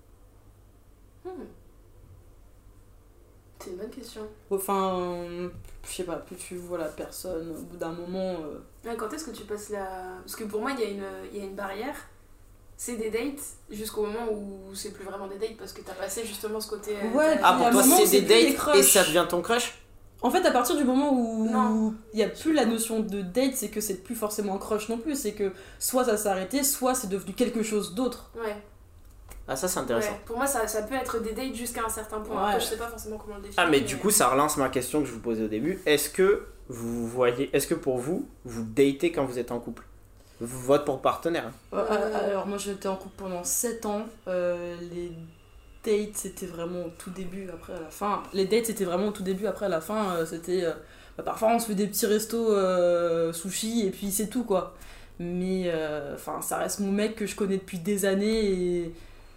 C'est une bonne question. Enfin, je sais pas, plus tu vois la personne, au bout d'un moment... Quand est-ce que tu passes la... Parce que pour moi, il y a une barrière. C'est des dates jusqu'au moment où c'est plus vraiment des dates parce que t'as passé justement ce côté... Ouais, Ah, pour toi, c'est des dates et ça devient ton crush ? En fait, à partir du moment Non. où il n'y a plus la notion de date, c'est que c'est plus forcément un crush non plus. C'est que soit ça s'est arrêté, soit c'est devenu quelque chose d'autre. Ouais. Ah, ça c'est intéressant. Ouais. Pour moi, ça peut être des dates jusqu'à un certain point. Ouais. Après, je sais pas forcément comment le définir. Ah, mais du coup, ça relance ma question que je vous posais au début. Est-ce que pour vous datez quand vous êtes en couple ? Votre partenaire ? Alors moi j'étais en couple pendant 7 ans, les dates c'était vraiment au tout début, après à la fin. Les dates c'était vraiment au tout début, après à la fin c'était. Parfois on se fait des petits restos sushi et puis c'est tout quoi. Mais ça reste mon mec que je connais depuis des années et.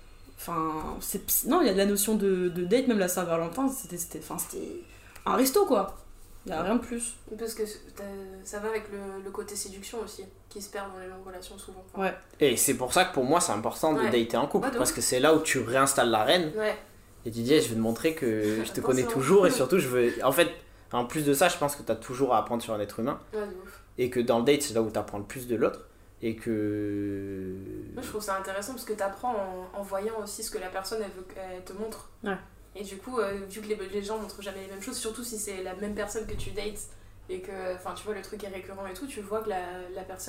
Non, il y a de la notion de date, même la Saint-Valentin, c'était un resto quoi. Il n'y a rien de plus. Parce que ça va avec le côté séduction aussi, qui se perd dans les longues relations souvent. Ouais. Et c'est pour ça que pour moi c'est important de dater en couple, parce que c'est là où tu réinstalles la reine. Ouais. Et tu dis, je vais te montrer que je te connais toujours, et surtout je veux... En fait, en plus de ça, je pense que tu as toujours à apprendre sur un être humain. Ouais, de ouf. Et que dans le date, c'est là où tu apprends le plus de l'autre. Et que... Moi je trouve ça intéressant parce que tu apprends en voyant aussi ce que la personne elle te montre. Ouais. Et du coup, vu que les gens montrent jamais les mêmes choses, surtout si c'est la même personne que tu dates et que tu vois le truc est récurrent et tout, tu vois que la personne,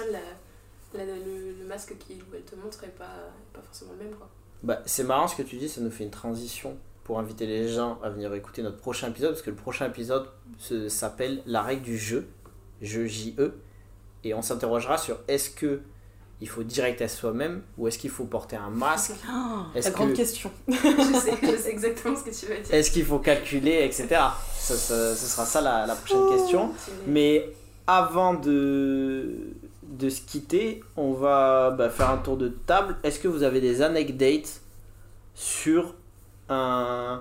le masque elle te montre est pas forcément le même quoi. Bah, c'est marrant ce que tu dis, ça nous fait une transition pour inviter les gens à venir écouter notre prochain épisode, parce que le prochain épisode s'appelle La règle du jeu, J-E, et on s'interrogera sur est-ce que il faut direct à soi-même ou est-ce qu'il faut porter un masque. La grande question. Je sais exactement ce que tu vas dire. Est-ce qu'il faut calculer, etc. Ce sera ça la prochaine question. Mais avant de se quitter, on va faire un tour de table. Est-ce que vous avez des anecdotes sur un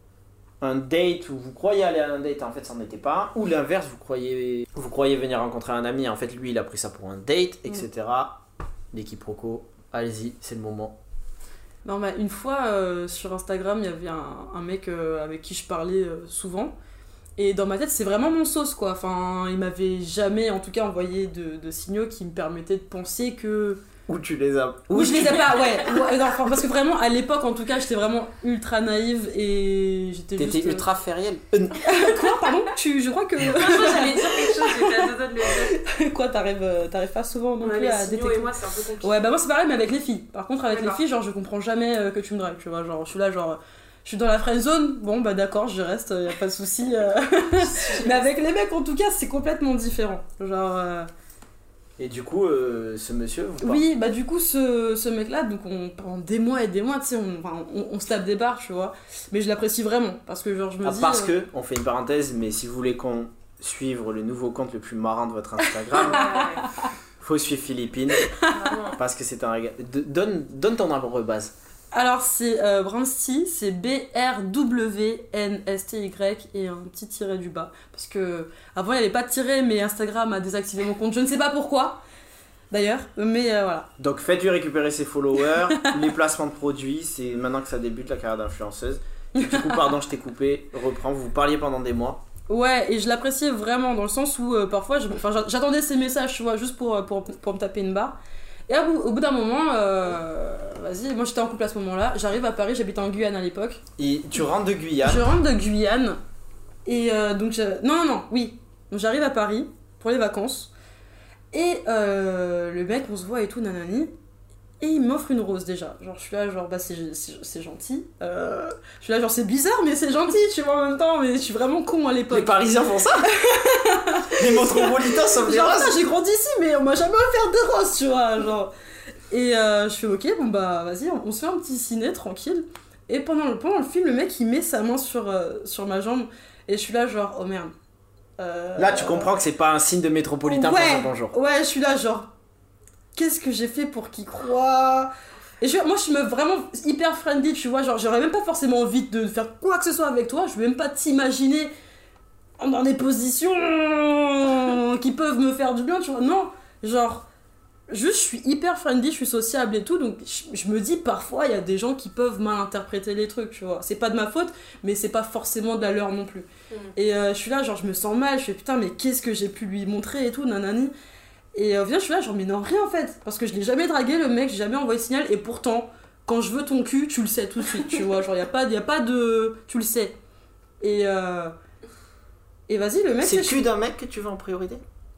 date où vous croyez aller à un date, en fait ça n'en était pas un, ou l'inverse, vous croyez venir rencontrer un ami, en fait lui il a pris ça pour un date, etc. Les quiproquos, allez-y, c'est le moment. Non, une fois sur Instagram, il y avait un mec avec qui je parlais souvent. Et dans ma tête, c'est vraiment mon sauce quoi. Enfin, il m'avait jamais, en tout cas, envoyé de signaux qui me permettaient de penser que. Ou tu les as. Ou je les ai pas, ouais. Non, parce que vraiment, à l'époque, en tout cas, j'étais vraiment ultra naïve et j'étais juste. T'étais ultra férielle. Quoi, pardon je crois que. Franchement, j'allais dire quelque chose, j'étais à deux doigts de le dire. Quoi, t'arrives pas souvent non plus à détecter. Et moi, c'est un peu compliqué. Ouais, moi, c'est pareil, mais avec les filles. Par contre, avec les filles, genre, je comprends jamais que tu me dragues, tu vois. Genre, je suis là, genre. Je suis dans la friend zone, bon bah d'accord, j'y reste, y a pas de souci. Mais avec les mecs, en tout cas, c'est complètement différent. Genre. Et du coup, ce monsieur. Oui, bah du coup, ce mec-là, donc pendant des mois et des mois, tu sais, on se tape des barres, tu vois. Mais je l'apprécie vraiment, parce que genre je me dis. Parce que, on fait une parenthèse, mais si vous voulez qu'on suive le nouveau compte le plus marrant de votre Instagram, faut suivre Philippine, parce que c'est un régal. Donne ton arrobase. Alors c'est Bransty, c'est BRWNSTY et un petit tiret du bas. Parce que avant il n'y avait pas de tiret, mais Instagram a désactivé mon compte, je ne sais pas pourquoi d'ailleurs, mais voilà. Donc faites-lui récupérer ses followers, les placements de produits, c'est maintenant que ça débute la carrière d'influenceuse. Et du coup, pardon, je t'ai coupé, reprends, vous parliez pendant des mois. Ouais, et je l'appréciais vraiment dans le sens où parfois j'attendais ces messages, tu vois, juste pour me taper une barre. Et au bout d'un moment, vas-y, moi j'étais en couple à ce moment-là, j'arrive à Paris, j'habitais en Guyane à l'époque. Et tu rentres de Guyane? Je rentre de Guyane, et donc oui. Donc j'arrive à Paris pour les vacances, et le mec, on se voit et tout, nanani, et il m'offre une rose déjà. Genre je suis là, genre bah c'est gentil. Je suis là, genre c'est bizarre, mais c'est gentil, tu vois, en même temps, mais je suis vraiment con à l'époque. Les Parisiens font ça. Les métropolitains sauf des roses. J'ai grandi ici, mais on m'a jamais offert de roses, tu vois, genre. Et je fais ok, bon bah vas-y, on se fait un petit ciné tranquille. Et pendant le film, le mec il met sa main sur ma jambe, et je suis là genre oh merde. Là tu comprends que c'est pas un signe de métropolitain pour un bonjour. Ouais, je suis là genre qu'est-ce que j'ai fait pour qu'il croie. Et moi je suis vraiment hyper friendly, tu vois, genre j'aurais même pas forcément envie de faire quoi que ce soit avec toi, je veux même pas t'imaginer dans des positions qui peuvent me faire du bien, tu vois. Non, genre juste je suis hyper friendly, je suis sociable et tout, donc je me dis parfois il y a des gens qui peuvent mal interpréter les trucs, tu vois. C'est pas de ma faute, mais c'est pas forcément de la leur non plus. Et je suis là, genre je me sens mal, je fais putain mais qu'est-ce que j'ai pu lui montrer et tout, nanani. Et au final je suis là, genre mais non rien en fait, parce que je l'ai jamais dragué le mec, j'ai jamais envoyé de signal, et pourtant quand je veux ton cul, tu le sais tout de suite, tu vois, genre y a pas de... tu le sais. Et vas-y, le mec... C'est le cul d'un mec que tu veux en priorité?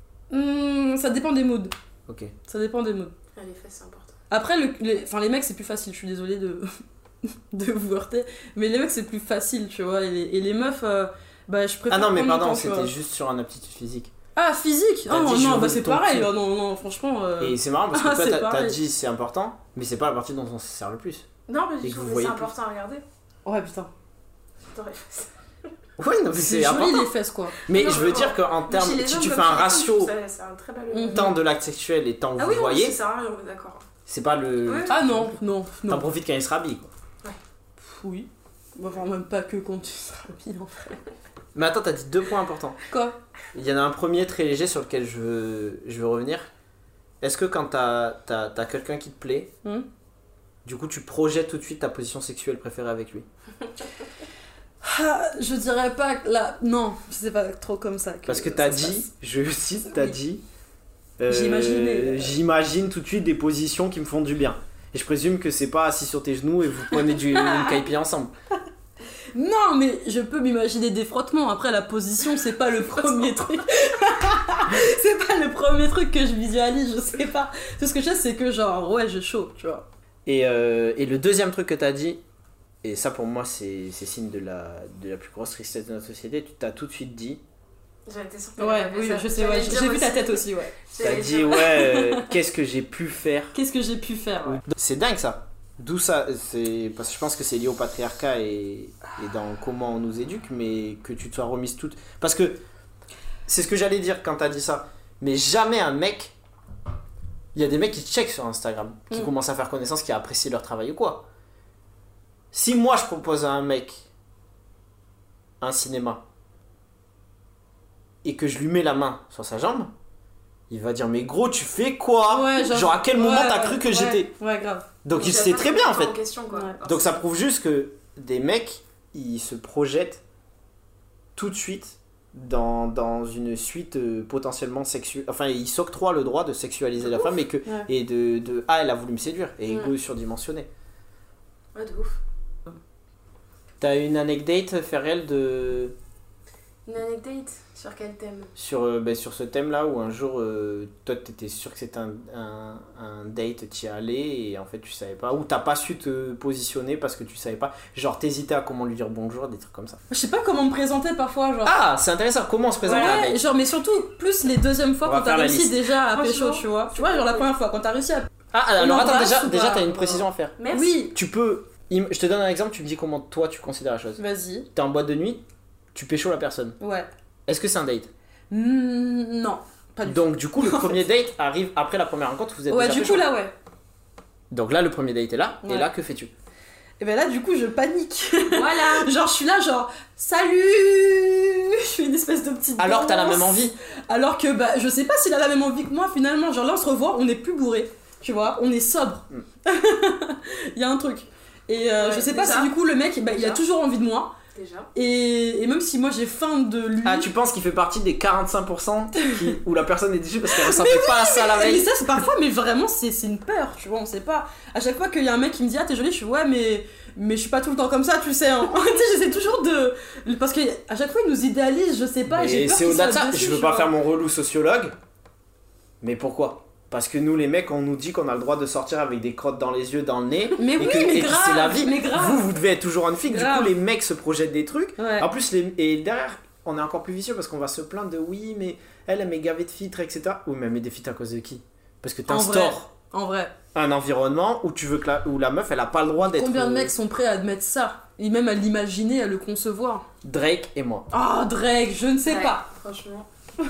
Ça dépend des moods. Ok. Ça dépend des moods. Ah, les fesses, c'est important. Après, les mecs, c'est plus facile. Je suis désolée de vous heurter. Mais les mecs, c'est plus facile, tu vois. Et les meufs, je préfère... Ah non, mais pardon, temps, c'était juste sur une aptitude physique. Ah, physique? Oh non, c'est pareil. Non, franchement... Et c'est marrant parce que toi, t'as dit c'est important, mais c'est pas la partie dont on se sert le plus. Non, mais je trouve que c'est important à regarder. Ouais, putain. J'adorais faire ça. Ouais, non, mais C'est important. joli les fesses, quoi. Mais Non, je veux dire qu'en termes, si tu fais un ratio c'est un très bel. temps de l'acte sexuel et temps que Ah vous oui, non, voyez, ça sert à rien, on est d'accord. c'est pas le. Ouais. Ah non. T'en profites quand il se rhabille, quoi. Oui. Enfin, même pas que quand tu seras bien, en fait. Mais attends, t'as dit 2 points importants. Quoi? Il y en a un premier très léger sur lequel je veux revenir. Est-ce que quand t'as quelqu'un qui te plaît, du coup tu projettes tout de suite ta position sexuelle préférée avec lui? Ah, je dirais pas que là. Non, c'est pas trop comme ça. Parce que t'as dit, je cite, t'as dit. J'imaginais. J'imagine tout de suite des positions qui me font du bien. Et je présume que c'est pas assis sur tes genoux et vous prenez une caipille ensemble. Non, mais je peux m'imaginer des frottements. Après, la position, c'est pas le premier truc. C'est pas le premier truc que je visualise, je sais pas. Tout ce que je sais, c'est que genre, ouais, je chaud, tu vois. Et le deuxième truc que t'as dit, et ça pour moi c'est signe de la plus grosse tristesse de notre société, tu t'as tout de suite dit. J'étais sûre que Ouais, oui, je sais, ouais, j'ai vu ta tête aussi, ouais. T'as dit, ouais, qu'est-ce que j'ai pu faire. Qu'est-ce que j'ai pu faire, ouais. C'est dingue ça. D'où ça, c'est parce que je pense que c'est lié au patriarcat et dans comment on nous éduque, mais que tu te sois remise toute. Parce que c'est ce que j'allais dire quand t'as dit ça. Mais jamais un mec. Il y a des mecs qui checkent sur Instagram, qui commencent à faire connaissance, qui apprécient leur travail ou quoi. Si moi je propose à un mec un cinéma et que je lui mets la main sur sa jambe, il va dire mais gros tu fais quoi? Ouais, genre à quel moment t'as cru que j'étais? Ouais, grave. Donc il sait très bien en fait. Question, quoi. Ouais. Donc ça prouve juste que des mecs ils se projettent tout de suite dans une suite potentiellement sexuelle. Enfin ils s'octroient le droit de sexualiser la femme et de elle a voulu me séduire et ego surdimensionné. Ouais, de ouf. T'as une anecdote Ferrel de. Une anecdote sur quel thème? Sur ce thème là où un jour toi t'étais sûr que c'était un date, t'y allais et en fait tu savais pas, ou t'as pas su te positionner parce que tu savais pas, genre t'hésitais à comment lui dire bonjour, des trucs comme ça. Je sais pas comment me présenter parfois, genre. Ah c'est intéressant, comment on se présente à un Ouais, date? genre, mais surtout plus les deuxièmes fois On va quand t'as faire la réussi liste. déjà à pécho, Franchement. tu vois, genre la première fois quand t'as réussi à. Ah alors attends, embrasse ou déjà pas? t'as une précision à faire. Merci. Oui, Tu peux, je te donne un exemple, tu me dis comment toi tu considères la chose. vas-y. T'es en boîte de nuit, tu pécho la personne. Ouais. Est-ce que c'est un date? Non, pas du tout. Donc du coup le premier date arrive après la première rencontre, vous êtes Ouais, déjà du pécho. coup là, ouais. Donc là le premier date est là, et Ouais. là que fais-tu? Et ben là, du coup, je panique. Voilà. Genre, je suis là, genre, salut. Je fais une espèce de petite. Alors t'as la danse. même envie? Alors que, bah, je sais pas s'il a la même envie que moi finalement. Genre là, on se revoit, on est plus bourré. Tu vois, on est sobre. Il y a un truc. Et je sais pas déjà. si du coup, le mec, bah, il a Déjà. toujours envie de moi. Déjà. Et même si moi j'ai faim de lui. Ah, tu penses qu'il fait partie des 45% où la personne est déçue parce qu'elle ressentait pas ça la Mais veille? ça, c'est parfois, mais vraiment, c'est une peur, tu vois, on sait pas. À chaque fois qu'il y a un mec qui me dit, ah, t'es jolie, je suis, ouais, mais je suis pas tout le temps comme ça, tu sais. Hein. Tu sais, j'essaie toujours de. Parce qu'à chaque fois, ils nous idéalisent, je sais pas. Et j'ai Mais peur c'est qu'ils au-delà de soient ça, déçus, je veux tu pas vois. faire mon relou sociologue, mais pourquoi? Parce que nous les mecs, on nous dit qu'on a le droit de sortir avec des crottes dans les yeux, dans le nez, Mais et oui, que mais et puis c'est la grave, vie. mais grave. Vous devez être toujours une fille, du Grave. coup les mecs se projettent des trucs. Ouais. En plus, et derrière, on est encore plus vicieux parce qu'on va se plaindre de oui, mais elle met gavé de filtres, etc. Oui, mais elle met des filtres à cause de qui? Parce que En vrai. t'instaures En vrai. un environnement où tu veux que où la meuf, elle a pas le droit d'être. Combien de mecs sont prêts à admettre ça? Et même à l'imaginer, à le concevoir? Drake et moi. Oh, Drake, je ne sais Ouais, pas. Franchement.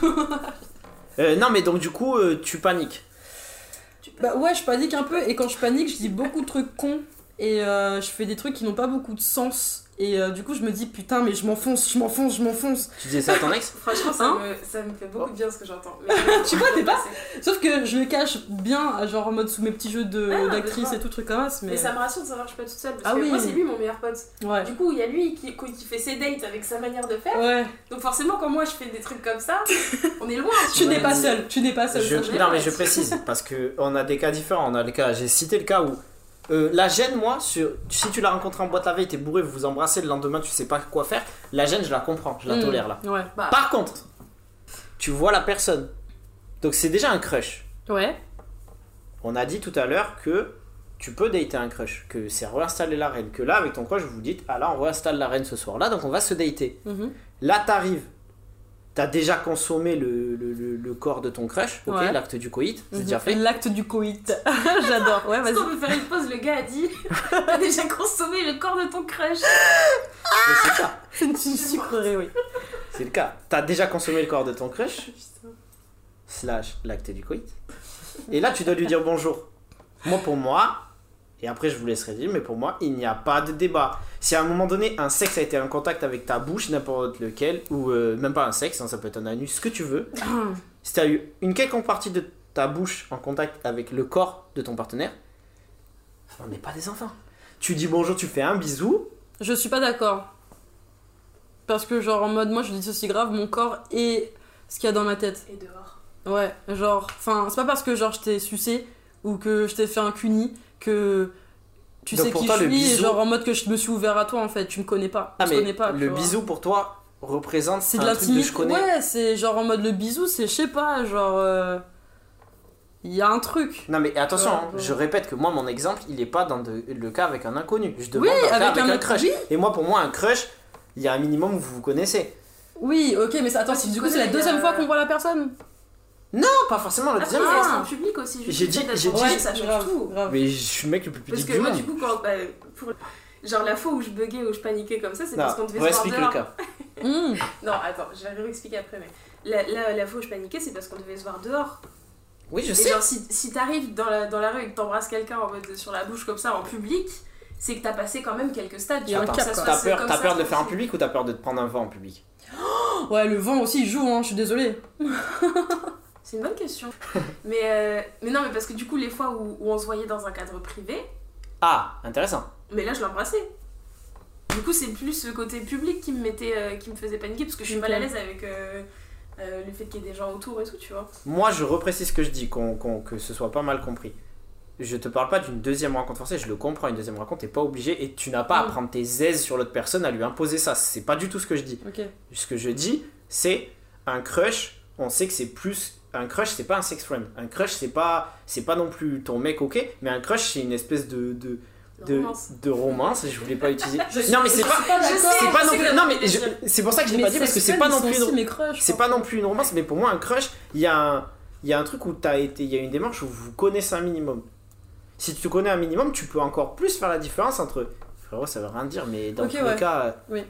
Non, mais donc du coup, tu paniques. Bah ouais, je panique un peu, et quand je panique, je dis beaucoup de trucs cons, et je fais des trucs qui n'ont pas beaucoup de sens, et du coup je me dis putain mais je m'enfonce. Tu disais ça à ton ex? Franchement, Hein ça me fait beaucoup de bien ce que j'entends. Mais Tu vois, t'es pas- Sauf que je le cache bien, genre en mode sous mes petits jeux d'actrice mais et tout truc comme ça, mais... Mais ça me rassure de savoir que je suis pas toute seule. Parce Ah que oui. moi, c'est lui mon meilleur pote. Ouais. Du coup, il y a lui qui fait ses dates avec sa manière de faire. Ouais, Donc, forcément, quand moi je fais des trucs comme ça, on est loin. tu Ouais. n'es pas seule, Non mais je précise parce que on a des cas différents. On a les cas, j'ai cité le cas où la gêne, moi, si tu l'as rencontré en boîte la veille, t'es bourré, vous vous embrassez, le lendemain tu sais pas quoi faire, la gêne je la comprends, je la tolère là. Ouais. Par contre, tu vois la personne, donc c'est déjà un crush. Ouais. On a dit tout à l'heure que tu peux dater un crush, que c'est réinstaller la reine, que là avec ton crush vous vous dites ah là on réinstalle la reine ce soir là donc on va se dater. Mhm. Là t'arrives t'as déjà consommé le corps de ton crush, ok, l'acte du coït, c'est déjà fait. L'acte du coït, j'adore. Ouais, vas-y. Est-ce qu'on peut faire une pause? Le gars a dit t'as déjà consommé le corps de ton crush. C'est le cas. C'est une sucrerie, oui. C'est le cas. T'as déjà consommé le corps de ton crush, / l'acte du coït. Et là, tu dois lui dire bonjour. Moi, pour moi, et après je vous laisserai dire, mais pour moi, il n'y a pas de débat. Si à un moment donné, un sexe a été en contact avec ta bouche, n'importe lequel, ou même pas un sexe, hein, ça peut être un anus, ce que tu veux. Si tu as eu une quelconque partie de ta bouche en contact avec le corps de ton partenaire, on n'est pas des enfants. Tu dis bonjour, tu fais un bisou. Je suis pas d'accord. Parce que genre en mode, moi je dis ceci grave, mon corps et ce qu'il y a dans ma tête. Et dehors. Ouais, genre, enfin, c'est pas parce que genre je t'ai sucé ou que je t'ai fait un cuni que tu donc sais qui je suis, bisou... genre en mode que je me suis ouvert à toi en fait, tu me connais pas. Ah, mais connais pas, le bisou pour toi représente c'est un de truc que je connais. Ouais, c'est genre en mode le bisou, c'est je sais pas, genre il y a un truc. Non mais attention, je répète que moi mon exemple il est pas dans le cas avec un inconnu. Je demande avec un crush. Oui. Et moi pour moi un crush, il y a un minimum où vous vous connaissez. Oui, ok, mais attends, si du coup c'est la deuxième fois qu'on voit la personne. Non, pas forcément la deuxième fois. C'est en public aussi. J'ai dit, ça change tout. Mais je suis le mec le plus pudique du monde. Parce que moi, du coup, pour genre la fois où je buguais, où je paniquais comme ça, c'est parce qu'on devait se voir dehors. Le cas. Non, attends, je vais réexpliquer après. Mais la fois où je paniquais, c'est parce qu'on devait se voir dehors. Oui, je sais. Et genre, si t'arrives dans la rue et que t'embrasses quelqu'un en mode sur la bouche comme ça en public, c'est que t'as passé quand même quelques stades. T'as peur de faire en public ou t'as peur de te prendre un vent en public? Ouais, le vent aussi il joue, hein, je suis désolée. C'est une bonne question. mais non, mais parce que du coup, les fois où on se voyait dans un cadre privé. Ah, intéressant. Mais là, je l'embrassais. Du coup, c'est plus le côté public qui me faisait paniquer parce que je suis mal à l'aise avec le fait qu'il y ait des gens autour et tout, tu vois. Moi, je reprécise ce que je dis, que ce soit pas mal compris. Je te parle pas d'une deuxième rencontre forcée, je le comprends, une deuxième rencontre, t'es pas obligé et tu n'as pas à prendre tes aises sur l'autre personne, à lui imposer ça. C'est pas du tout ce que je dis. Okay. Ce que je dis, c'est un crush, on sait que c'est plus. Un crush, c'est pas un sex friend. Un crush, c'est pas non plus ton mec, ok, mais un crush, c'est une espèce de romance, je voulais pas utiliser. Non, mais c'est pas non plus. Non, mais c'est pour ça que je l'ai pas dit, parce que c'est pas non plus. C'est pas non plus une romance, mais pour moi, un crush, il y a un truc où il y a une démarche où vous connaissez un minimum. Si tu te connais un minimum, tu peux encore plus faire la différence entre. Frérot, ça veut rien dire, mais dans tous les cas. Oui.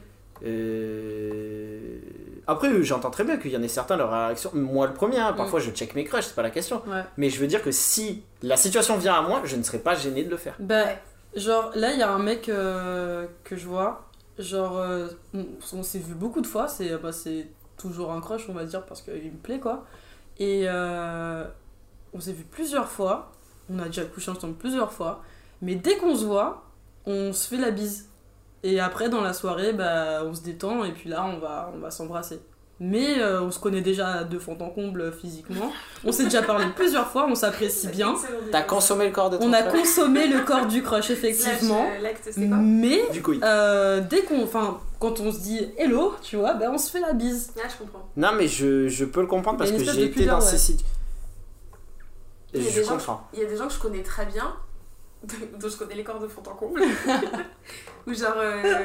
Après, j'entends très bien qu'il y en ait certains, leur réaction. Moi, le premier, hein, parfois je check mes crushs, c'est pas la question. Ouais. Mais je veux dire que si la situation vient à moi, je ne serais pas gêné de le faire. Bah, genre là, il y a un mec que je vois. Genre, on s'est vu beaucoup de fois, c'est toujours un crush, on va dire, parce qu'il me plaît, quoi. Et on s'est vu plusieurs fois. On a déjà couché ensemble plusieurs fois. Mais dès qu'on se voit, on se fait la bise. Et après, dans la soirée, bah, on se détend et puis là, on va s'embrasser. Mais on se connaît déjà de fond en comble physiquement. On s'est déjà parlé plusieurs fois, on s'apprécie bien. T'as consommé le corps de ton crush. On a consommé le corps du crush, effectivement. Mais dès quand on se dit hello, tu vois, bah, on se fait la bise. Ouais, je comprends. Non, mais je peux le comprendre parce que j'ai été dans ces situations. Il y a des gens que je connais très bien, dont je connais les corps de fond en comble. Ou genre.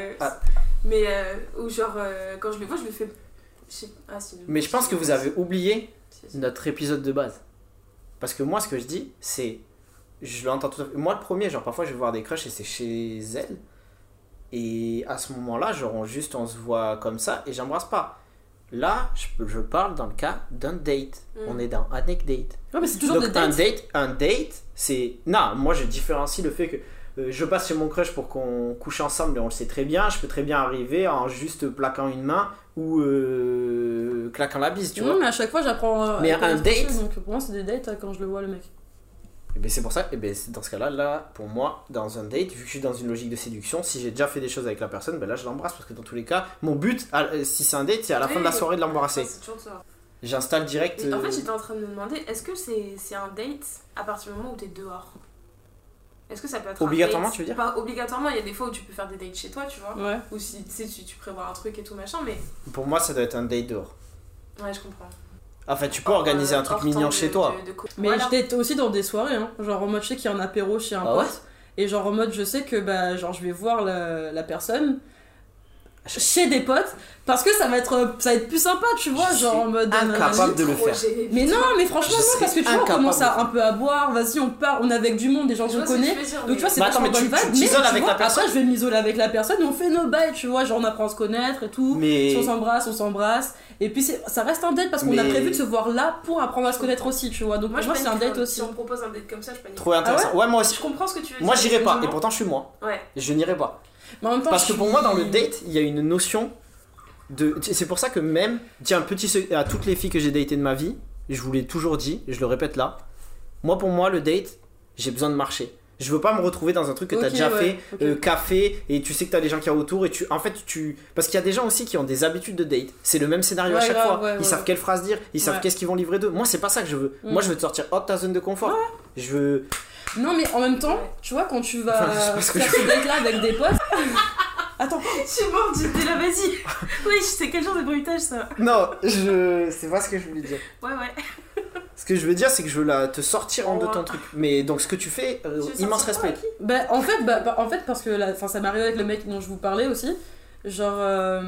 Ou genre, quand je les vois, je le fais. Mais je pense que vous avez oublié notre épisode de base. Parce que moi, ce que je dis, c'est. Je l'entends tout à fait. Moi, le premier, genre, parfois, je vais voir des crushs et c'est chez elle. Et à ce moment-là, genre, on se voit comme ça et j'embrasse pas. Là, je parle dans le cas d'un date. On est dans un date. Ouais, mais c'est toujours donc, des dates. Un date, c'est. Non, moi, je différencie le fait que. Je passe chez mon crush pour qu'on couche ensemble et on le sait très bien. Je peux très bien arriver en juste plaquant une main ou claquant la bise, tu vois. Non, mais à chaque fois j'apprends. Mais un date. Donc pour moi, c'est des dates quand je le vois, le mec. Et ben c'est pour ça, dans ce cas-là, pour moi, dans un date, vu que je suis dans une logique de séduction, si j'ai déjà fait des choses avec la personne, ben là je l'embrasse parce que dans tous les cas, mon but, si c'est un date, c'est à la fin de la soirée de l'embrasser. C'est toujours ça. J'installe direct. En fait, j'étais en train de me demander, est-ce que c'est un date à partir du moment où t'es dehors? Est-ce que ça peut être obligatoirement, un date? tu veux dire? Pas obligatoirement, il y a des fois où tu peux faire des dates chez toi, tu vois. Ouais. Ou si tu prévois un truc et tout machin, mais. Pour moi, ça doit être un date dehors. Ouais, je comprends. Enfin, tu peux organiser un truc mignon chez toi. Mais voilà. J'étais aussi dans des soirées, hein. Genre en mode je sais qu'il y a un apéro chez un pote. Ouais. Et genre en mode je sais que bah, genre, je vais voir la personne. chez des potes parce que ça va être plus sympa, tu vois, genre en mode incapable de le faire. Mais non, mais franchement non, parce que tu vois, on commence un peu à boire, vas-y, on part, on est avec du monde, des gens qu'on connaît. Donc tu vois, c'est vachement bonne vibe, mais après je vais m'isoler avec la personne et on fait nos bails, tu vois, genre on apprend à se connaître et tout. Si on s'embrasse. Et puis ça reste un date parce qu'on a prévu de se voir là pour apprendre à se connaître aussi, tu vois. Donc moi c'est un date aussi. Si on propose un date comme ça, je panique. Trop intéressant. Ouais, moi aussi. Je comprends ce que tu veux dire. Moi j'irai pas, et pourtant je suis moi. Ouais. Je n'irai pas. Mais en même temps, parce que pour moi dans le date, il y a une notion de. C'est pour ça que même. Tiens, à toutes les filles que j'ai datées de ma vie, je vous l'ai toujours dit, je le répète là. Pour moi, le date, j'ai besoin de marcher. Je veux pas me retrouver dans un truc que t'as déjà fait, café, et tu sais que t'as des gens qui y a autour, et parce qu'il y a des gens aussi qui ont des habitudes de date. C'est le même scénario à chaque fois. Ils savent quelle phrase dire, ils savent qu'est-ce qu'ils vont livrer d'eux. Moi, c'est pas ça que je veux. Moi, je veux te sortir hors de ta zone de confort. Je veux. Non, mais en même temps, tu vois, quand tu vas faire ce date-là avec des potes. Attends, je suis morte, j'étais là, vas-y. Oui, c'est quel genre de bruitage ça? Non, c'est pas ce que je voulais dire. Ouais. Ce que je veux dire, c'est que je veux te sortir de ton truc. Mais donc, ce que tu fais, immense respect. En fait, parce que ça m'est arrivé avec le mec dont je vous parlais aussi. Genre,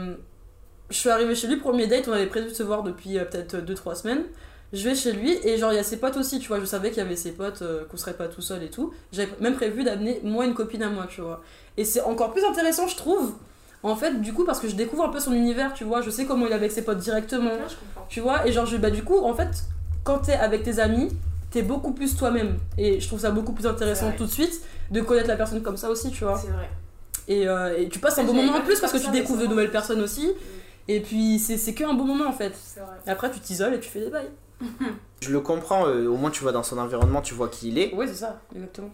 je suis arrivée chez lui, premier date, on avait prévu de se voir depuis peut-être 2-3 semaines. Je vais chez lui et genre il y a ses potes aussi, tu vois, je savais qu'il y avait ses potes, qu'on serait pas tout seul et tout. J'avais même prévu d'amener moi une copine à moi, tu vois. Et c'est encore plus intéressant, je trouve, en fait, du coup, parce que je découvre un peu son univers, tu vois, je sais comment il est avec ses potes directement, tu vois, et genre, du coup, en fait, quand t'es avec tes amis, t'es beaucoup plus toi-même. Et je trouve ça beaucoup plus intéressant tout de suite de connaître la personne comme ça aussi, tu vois. C'est vrai. Et tu passes un bon moment en plus parce que tu découvres de nouvelles personnes aussi. Et puis, c'est qu'un bon moment en fait. C'est vrai. Et après, tu t'isoles et tu fais des bails. Je le comprends, au moins tu vas dans son environnement, tu vois qui il est. Oui, c'est ça, exactement.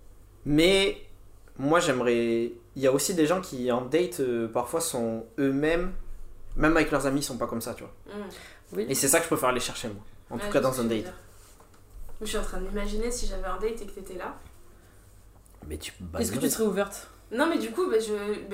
Mais moi j'aimerais. Il y a aussi des gens qui en date parfois sont eux-mêmes, même avec leurs amis, ils sont pas comme ça, tu vois. Oui. Et c'est ça que je préfère aller chercher moi, en tout cas dans un date. Je suis en train d'imaginer si j'avais un date et que t'étais là. Mais est-ce que tu serais ouverte? Non, mais du coup, je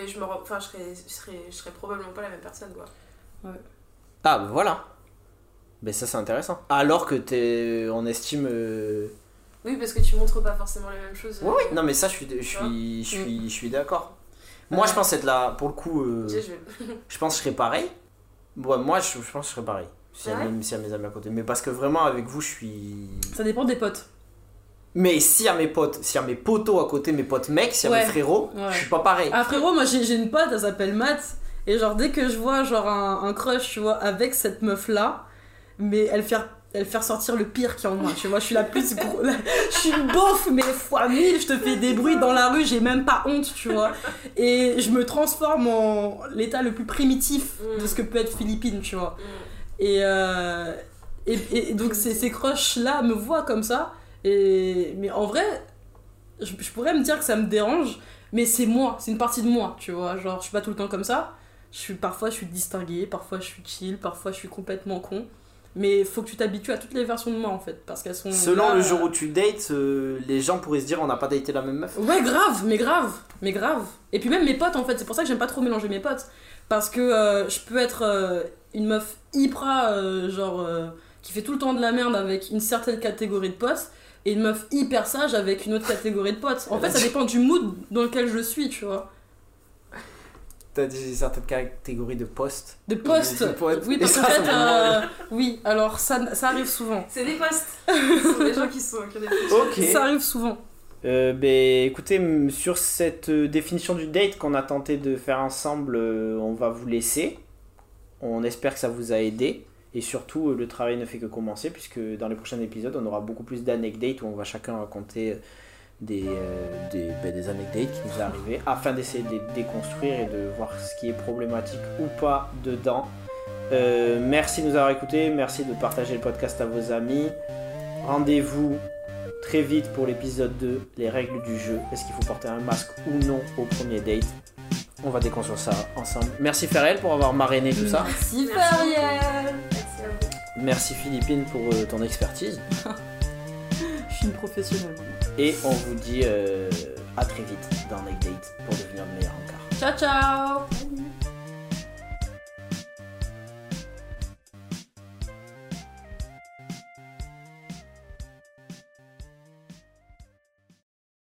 serais probablement pas la même personne, quoi. Ouais. Ah, bah voilà. Ben ça c'est intéressant. Alors que on estime... Oui, parce que tu montres pas forcément les mêmes choses. Oui, non mais ça je suis d'accord. Moi je pense être là, pour le coup, je pense que je serais pareil. Ouais, moi je pense que je serais pareil. Même si y a mes amis à côté. Mais parce que vraiment avec vous je suis... Ça dépend des potes. Mais s'il y a mes potes, s'il y a mes potos à côté, mes potes mecs, s'il y a mes frérots, je suis pas pareil. Ah frérot, moi j'ai une pote, elle s'appelle Matt. Et genre dès que je vois genre un crush, tu vois, avec cette meuf là, mais elle fait sortir le pire qui est en moi, tu vois, je suis la plus je suis beauf mais fois 1000, je te fais des bruits dans la rue, j'ai même pas honte, tu vois, et je me transforme en l'état le plus primitif de ce que peut être Philippine, tu vois, et donc ces crushs là me voient comme ça, mais en vrai je pourrais me dire que ça me dérange, mais c'est moi, c'est une partie de moi, tu vois, genre je suis pas tout le temps comme ça, parfois je suis distinguée, parfois je suis chill, parfois je suis complètement con. Mais faut que tu t'habitues à toutes les versions de moi en fait, parce qu'elles sont... Selon le jour où tu dates, les gens pourraient se dire on n'a pas daté la même meuf. Ouais, mais grave. Et puis même mes potes en fait, c'est pour ça que j'aime pas trop mélanger mes potes. Parce que je peux être une meuf hyper qui fait tout le temps de la merde avec une certaine catégorie de potes, et une meuf hyper sage avec une autre catégorie de potes. En fait, ça dépend du mood dans lequel je suis, tu vois. T'as dit certaines catégories de postes. De postes. Oui, parce qu'en fait, oui, alors ça arrive souvent. C'est des postes. Ce sont des gens qui ont des postes. Ok. Ça arrive souvent. Écoutez, sur cette définition du date qu'on a tenté de faire ensemble, on va vous laisser. On espère que ça vous a aidé. Et surtout, le travail ne fait que commencer, puisque dans les prochains épisodes, on aura beaucoup plus d'anecdotes où on va chacun raconter des anecdotes qui nous sont arrivées afin d'essayer de les déconstruire et de voir ce qui est problématique ou pas dedans. Merci de nous avoir écoutés, merci de partager le podcast à vos amis. Rendez-vous très vite pour l'épisode 2, les règles du jeu. Est-ce qu'il faut porter un masque ou non au premier date? On va déconstruire ça ensemble. Merci Ferrel pour avoir marrainé tout ça. Merci Ferriel. Merci à vous. Merci Philippine pour ton expertise. Je suis une professionnelle. Et on vous dit à très vite dans Next Date pour devenir le meilleur encore. Ciao ciao.